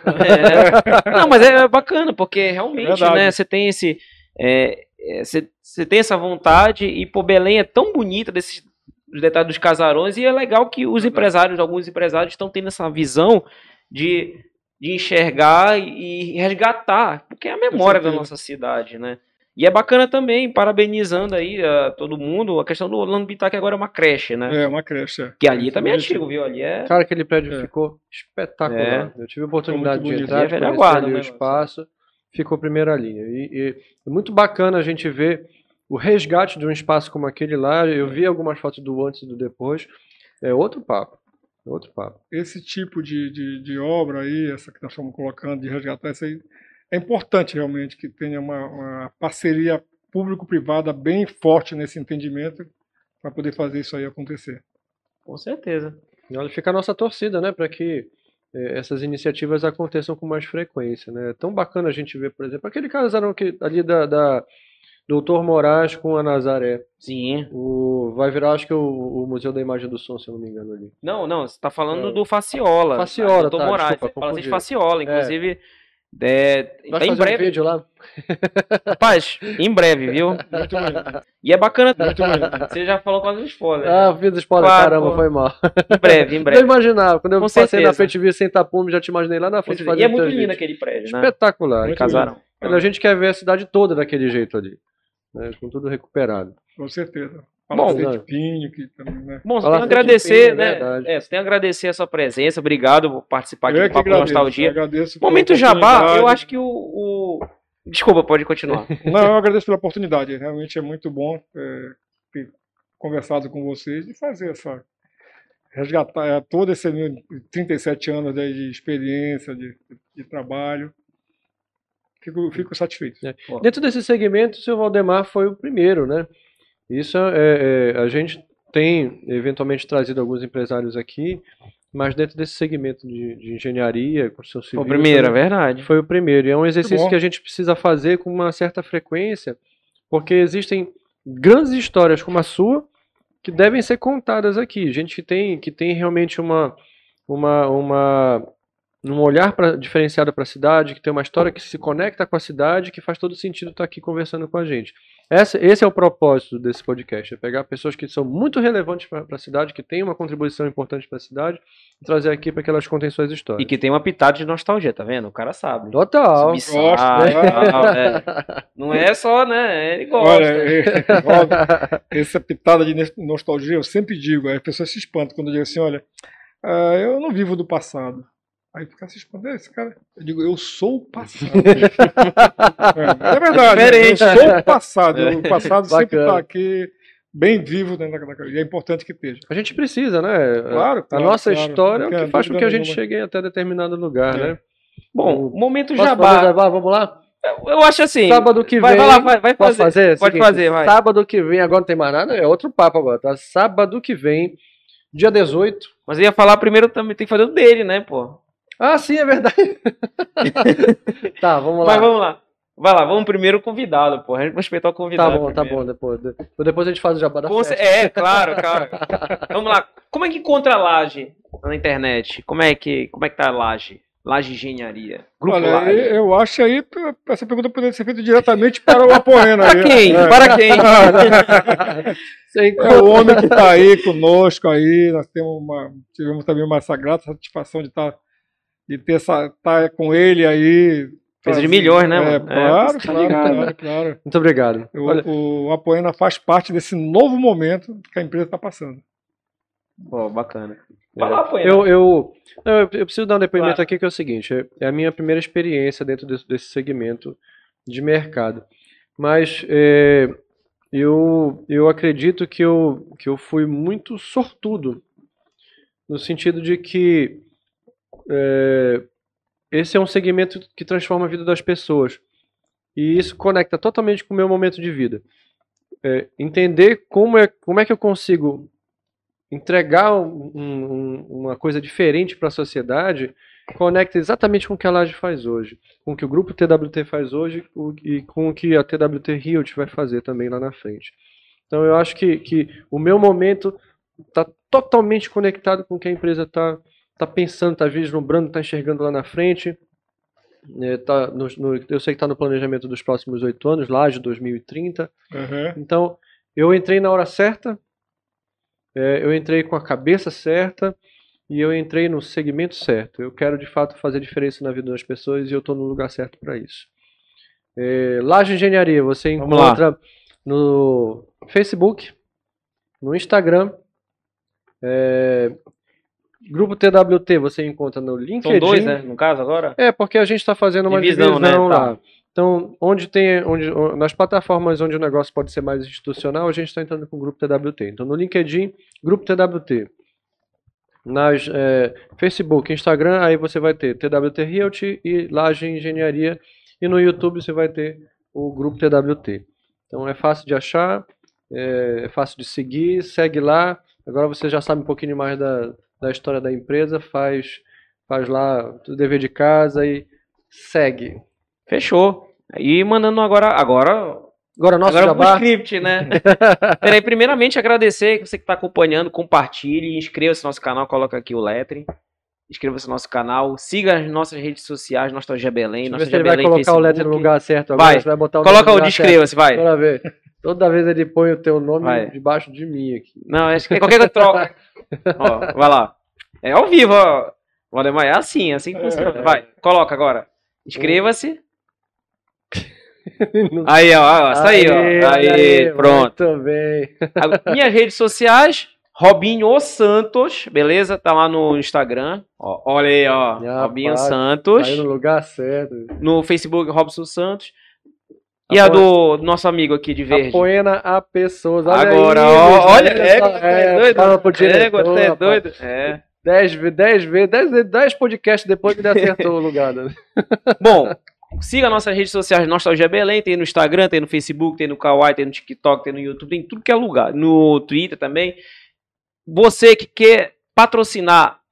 É. Não, mas é bacana, porque realmente, Verdade. né, você tem esse. é, é, Você você tem essa vontade, e pô, Belém é tão bonita desses os detalhes dos casarões, e é legal que os empresários, alguns empresários, estão tendo essa visão de, de enxergar e resgatar, porque é a memória da certeza. nossa cidade, né? E é bacana também, parabenizando aí a todo mundo, a questão do Orlando Bittar, que agora é uma creche, né? É, uma creche. é. Que ali também é Isso, antigo, viu? Ali é. Cara, aquele prédio É. ficou espetacular. Eu tive a oportunidade Ficou muito de bonito. entrar, E é de velha conhecer guarda, ali o né, espaço. Ficou primeira linha. E, e é muito bacana a gente ver o resgate de um espaço como aquele lá. Eu vi algumas fotos do antes e do depois. É outro papo. Outro papo. Esse tipo de, de, de obra aí, essa que nós estamos colocando, de resgatar isso aí, é importante realmente que tenha uma, uma parceria público-privada bem forte nesse entendimento para poder fazer isso aí acontecer. Com certeza. E olha, fica a nossa torcida, né, para que eh, essas iniciativas aconteçam com mais frequência, né? É tão bacana a gente ver, por exemplo, aquele casarão que, ali da, da Doutor Moraes com a Nazaré. Sim. O, vai virar, acho que, o, o Museu da Imagem do Som, se eu não me engano, ali. Não, não, você tá falando É. do Faciola. Faciola, Doutor tá, Moraes. desculpa, Você fala assim de confundi. Faciola, inclusive. É, Vai tá em fazer um breve. vídeo lá? Rapaz, em breve, viu? Muito bonito. E é bacana. Muito bonito. Você já falou quase um spoiler. Ah, fiz spoiler, Claro, caramba, pô. foi mal. Em breve, em Eu breve. imaginava, quando eu Com passei certeza. na frente e vi sem tapume, já te imaginei lá na Com frente certeza. fazendo E é muito teus lindo vídeos. aquele prédio, né? Espetacular. Muito Casarão. Olha, a gente quer ver a cidade toda daquele jeito ali, né, com tudo recuperado. Com certeza. Bom, Palacete né? Pinho, que também, né? Bom, você Fala tem que assim, agradecer, é né? verdade. É, você tem que agradecer a sua presença. Obrigado por participar aqui Eu do que Papo agradeço. Nostalgia. Eu agradeço pela Momento Jabá, oportunidade. eu acho que o, o... Desculpa, pode continuar. Não, eu agradeço pela oportunidade. Realmente é muito bom é, ter conversado com vocês e fazer essa. Resgatar é, todo esse meu trinta e sete anos aí de experiência, de, de trabalho. Fico, fico satisfeito. É. Dentro desse segmento, o seu Valdemar foi o primeiro, né? Isso é, é, a gente tem eventualmente trazido alguns empresários aqui mas dentro desse segmento de, de engenharia, construção civil. Foi o primeiro, é também, verdade. Foi o primeiro. E é um exercício bom. que a gente precisa fazer com uma certa frequência, porque existem grandes histórias como a sua que devem ser contadas aqui. Gente que tem, que tem realmente uma, uma, uma, um olhar pra, diferenciado para a cidade, que tem uma história que se conecta com a cidade, que faz todo sentido estar aqui conversando com a gente. Essa, esse é o propósito desse podcast, é pegar pessoas que são muito relevantes para a cidade, que têm uma contribuição importante para a cidade, e trazer aqui para que elas contem suas histórias. E que tem uma pitada de nostalgia, tá vendo? O cara sabe. Total. Subissar, Gosto, né? tal, é. Não é só, né? Ele gosta. Olha, é, Rob, essa pitada de nostalgia, eu sempre digo, aí as pessoas se espantam quando eu digo assim, olha, ah, eu não vivo do passado. Aí fica se espantando, esse cara, eu digo, eu sou o passado. é, é verdade, Diferente. eu sou o passado, o passado sempre Bacana. está aqui, bem vivo dentro da cabeça, e é importante que esteja. A gente precisa, né? Claro, A claro, nossa claro. história é o Não que tem faz com dúvida que a gente nenhuma. chegue até determinado lugar, É. né? Bom, momento Posso jabá. fazer jabá? Vamos lá? Eu, eu acho assim. Sábado que vai, vem. vai lá, vai, vai Posso fazer. fazer? Pode Seguinte, fazer, vai. Sábado que vem, agora não tem mais nada, é outro papo agora, tá? Sábado que vem, dia dezoito. Mas eu ia falar primeiro também, tem que fazer o dele, né, pô? Ah, sim, é verdade. Tá, vamos lá. Mas vamos lá. Vai lá, vamos primeiro o convidado, pô. A gente vai respeitar o Tá convidado. bom, tá primeiro. bom. Depois, de- depois a gente faz o jabá da Com festa. ce- É, claro, claro. Vamos lá. Como é que encontra a Laje na internet? Como é que, como é que tá a Laje? Laje Engenharia. Grupo Olha, Laje. eu acho aí, essa pergunta poderia ser feita diretamente para o Apoena. Para quem? É. Para quem? Você É encontra- o homem que está aí conosco aí, nós temos uma, tivemos também uma sagrada satisfação de estar de ter essa, estar com ele aí. Coisa de trazendo- milhões, né, É, mano? É, claro, você tá claro, ligado. claro, claro. Muito obrigado. O, Olha, o Apoena faz parte desse novo momento que a empresa está passando. Pô, bacana. Vai lá, pô. eu, eu, não, eu, eu preciso dar um depoimento Claro. aqui que é o seguinte, é- é a minha primeira experiência dentro desse, desse segmento de mercado. Mas é, eu, eu acredito que eu, que eu fui muito sortudo, no sentido de que é, esse é um segmento que transforma a vida das pessoas. E isso conecta totalmente com o meu momento de vida. É, entender como é, como é que eu consigo entregar um- um- uma coisa diferente para a sociedade conecta exatamente com o que a Laje faz hoje, com o que o grupo T W T faz hoje o- e com o que a T W T Realty vai fazer também lá na frente. Então eu acho que, que o meu momento está totalmente conectado com o que a empresa está tá pensando, está vislumbrando, está enxergando lá na frente. É, tá no- no- eu sei que está no planejamento dos próximos oito anos, Laje dois mil e trinta. Uhum. Então, eu entrei na hora certa, é, eu entrei com a cabeça certa e eu entrei no segmento certo. Eu quero, de fato, fazer diferença na vida das pessoas e eu estou no lugar certo para isso. É, Laje Engenharia, você Vamos lá. encontra no Facebook, no Instagram, é, Grupo T W T você encontra no LinkedIn. São dois, né? No caso, agora? É, porque a gente está fazendo uma Divisão, divisão, né? Tá. lá. Então, onde tem, onde, nas plataformas onde o negócio pode ser mais institucional, a gente está entrando com o Grupo T W T. Então, no LinkedIn, Grupo T W T. Nas é, Facebook, Instagram, aí você vai ter T W T Realty e Laje Engenharia. E no YouTube você vai ter o Grupo T W T. Então, é fácil de achar, é, é fácil de seguir, segue lá. Agora você já sabe um pouquinho mais da, da história da empresa, faz, faz lá o dever de casa e segue. Fechou. E mandando agora, agora, Agora, nosso agora pro jabá. script, né? Peraí, primeiramente agradecer que você que está acompanhando, compartilhe, inscreva-se no nosso canal, coloca aqui o lettering. Inscreva-se no nosso canal, siga as nossas redes sociais, Nostalgia Belém, Deixa eu ver se Nostalgia ele vai Belém, colocar o letra no Facebook. lugar certo agora. Vai. Você vai botar o Coloca letra no o lugar descreva-se, vai. certo. Bora ver. Toda vez ele põe o teu nome Vai. debaixo de mim aqui. Não, acho que é qualquer coisa troca. Ó, vai lá. É ao vivo, ó. Valdemar, é assim, é assim que funciona. Vai, coloca agora. Inscreva-se. Aí, ó, ó, isso aí, ó. Aí, pronto. Muito bem. Agora, minhas redes sociais, Robinho Santos, beleza? Tá lá no Instagram. Ó, olha aí, ó. Ah, Robinho pá, Santos. Saiu no lugar certo. No Facebook, Robson Santos. E a do nosso amigo aqui de verde. Apoena a pessoas. Olha Agora, aí, ó, bicho, olha, só. é, você é doido. Fala pro É, diretor, você é rapaz. doido. É. Dez, ve- dez vezes, dez, dez podcasts depois que ele acertou o lugar. Né? Bom, siga nossas redes sociais Nostalgia Belém, tem no Instagram, tem no Facebook, tem no Kawaii, tem no TikTok, tem no YouTube, tem em tudo que é lugar. No Twitter também. Você que quer patrocinar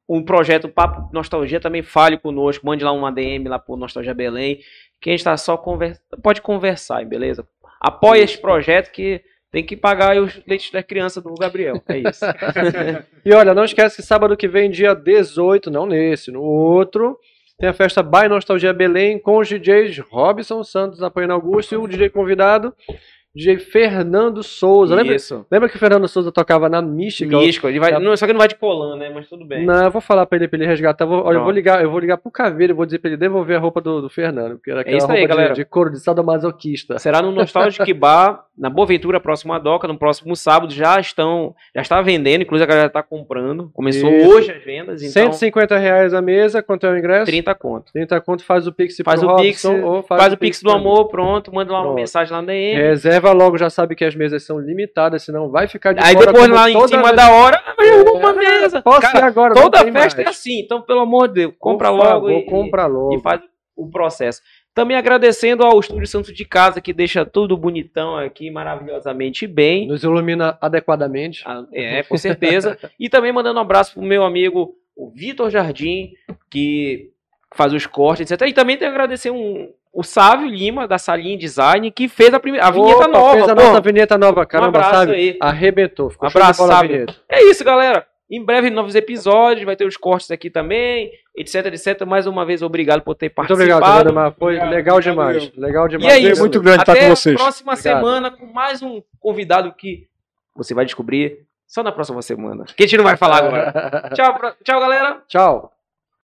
um projeto Papo Nostalgia, também fale conosco, mande lá uma D M lá pro Nostalgia Belém, que a gente tá só conversa, pode conversar, beleza? Apoia esse projeto que tem que pagar aí os leites da criança do Gabriel, é isso. E olha, não esquece que sábado que vem, dia dezoito, não nesse, no outro, tem a festa By Nostalgia Belém com os D Js Robson Santos apoiando Augusto e o D J convidado, D J Fernando Souza. Lembra, Isso. lembra que o Fernando Souza tocava na Mística? Místico, ele vai, não, só que não vai de colã, né? Mas tudo bem. Não, eu vou falar pra ele, pra ele resgatar. Vou, olha, eu Pronto. vou ligar, eu vou ligar pro Caveiro, eu vou dizer pra ele devolver a roupa do, do Fernando, porque era aquela isso aí, roupa galera. de, de couro de sadomasoquista. Será no Nostalgic Bar, na Boa Ventura, próximo à Doca, no próximo sábado. Já estão, já está vendendo, inclusive a galera está comprando. Começou Isso. hoje as vendas, então cento e cinquenta reais a mesa, quanto é o ingresso? trinta conto. trinta conto, faz o Pix Faz pro o Pix, Robson, ou faz, faz o Pix do pra mim. amor, pronto, manda lá uma Pronto. mensagem lá na D M. Reserva logo, já sabe que as mesas são limitadas, senão vai ficar de Aí fora depois como lá em toda cima vez. da hora, ah, mas eu vou uma mesa. Posso Cara, ir agora, não toda tem festa é mais. assim, então pelo amor de Deus, compra Por logo favor, e, compra logo. e faz o processo. Também agradecendo ao Estúdio Santos de Casa, que deixa tudo bonitão aqui, maravilhosamente bem. Nos ilumina adequadamente. Ah, É, com certeza. E também mandando um abraço pro meu amigo, o Vitor Jardim, que faz os cortes, etcétera. E também tenho que agradecer um, o Sávio Lima, da Salinha Design, que fez a, primeira, a vinheta Opa, nova. fez a pô. nossa vinheta nova, caramba, abraço sabe? aí. Arrebentou. Ficou show de Abraço, bola a Sávio. vinheta. É isso, galera. Em breve, novos episódios, vai ter os cortes aqui também, etc, etcétera. Mais uma vez, obrigado por ter Muito participado. obrigado, Valdemar. Foi Obrigado, legal obrigado demais. eu. Legal E demais. é mesmo. isso. Muito grande estar Até com vocês. a próxima Obrigado. semana com mais um convidado que você vai descobrir só na próxima semana. Que a gente não vai falar agora. Tchau, pra- tchau, galera. Tchau.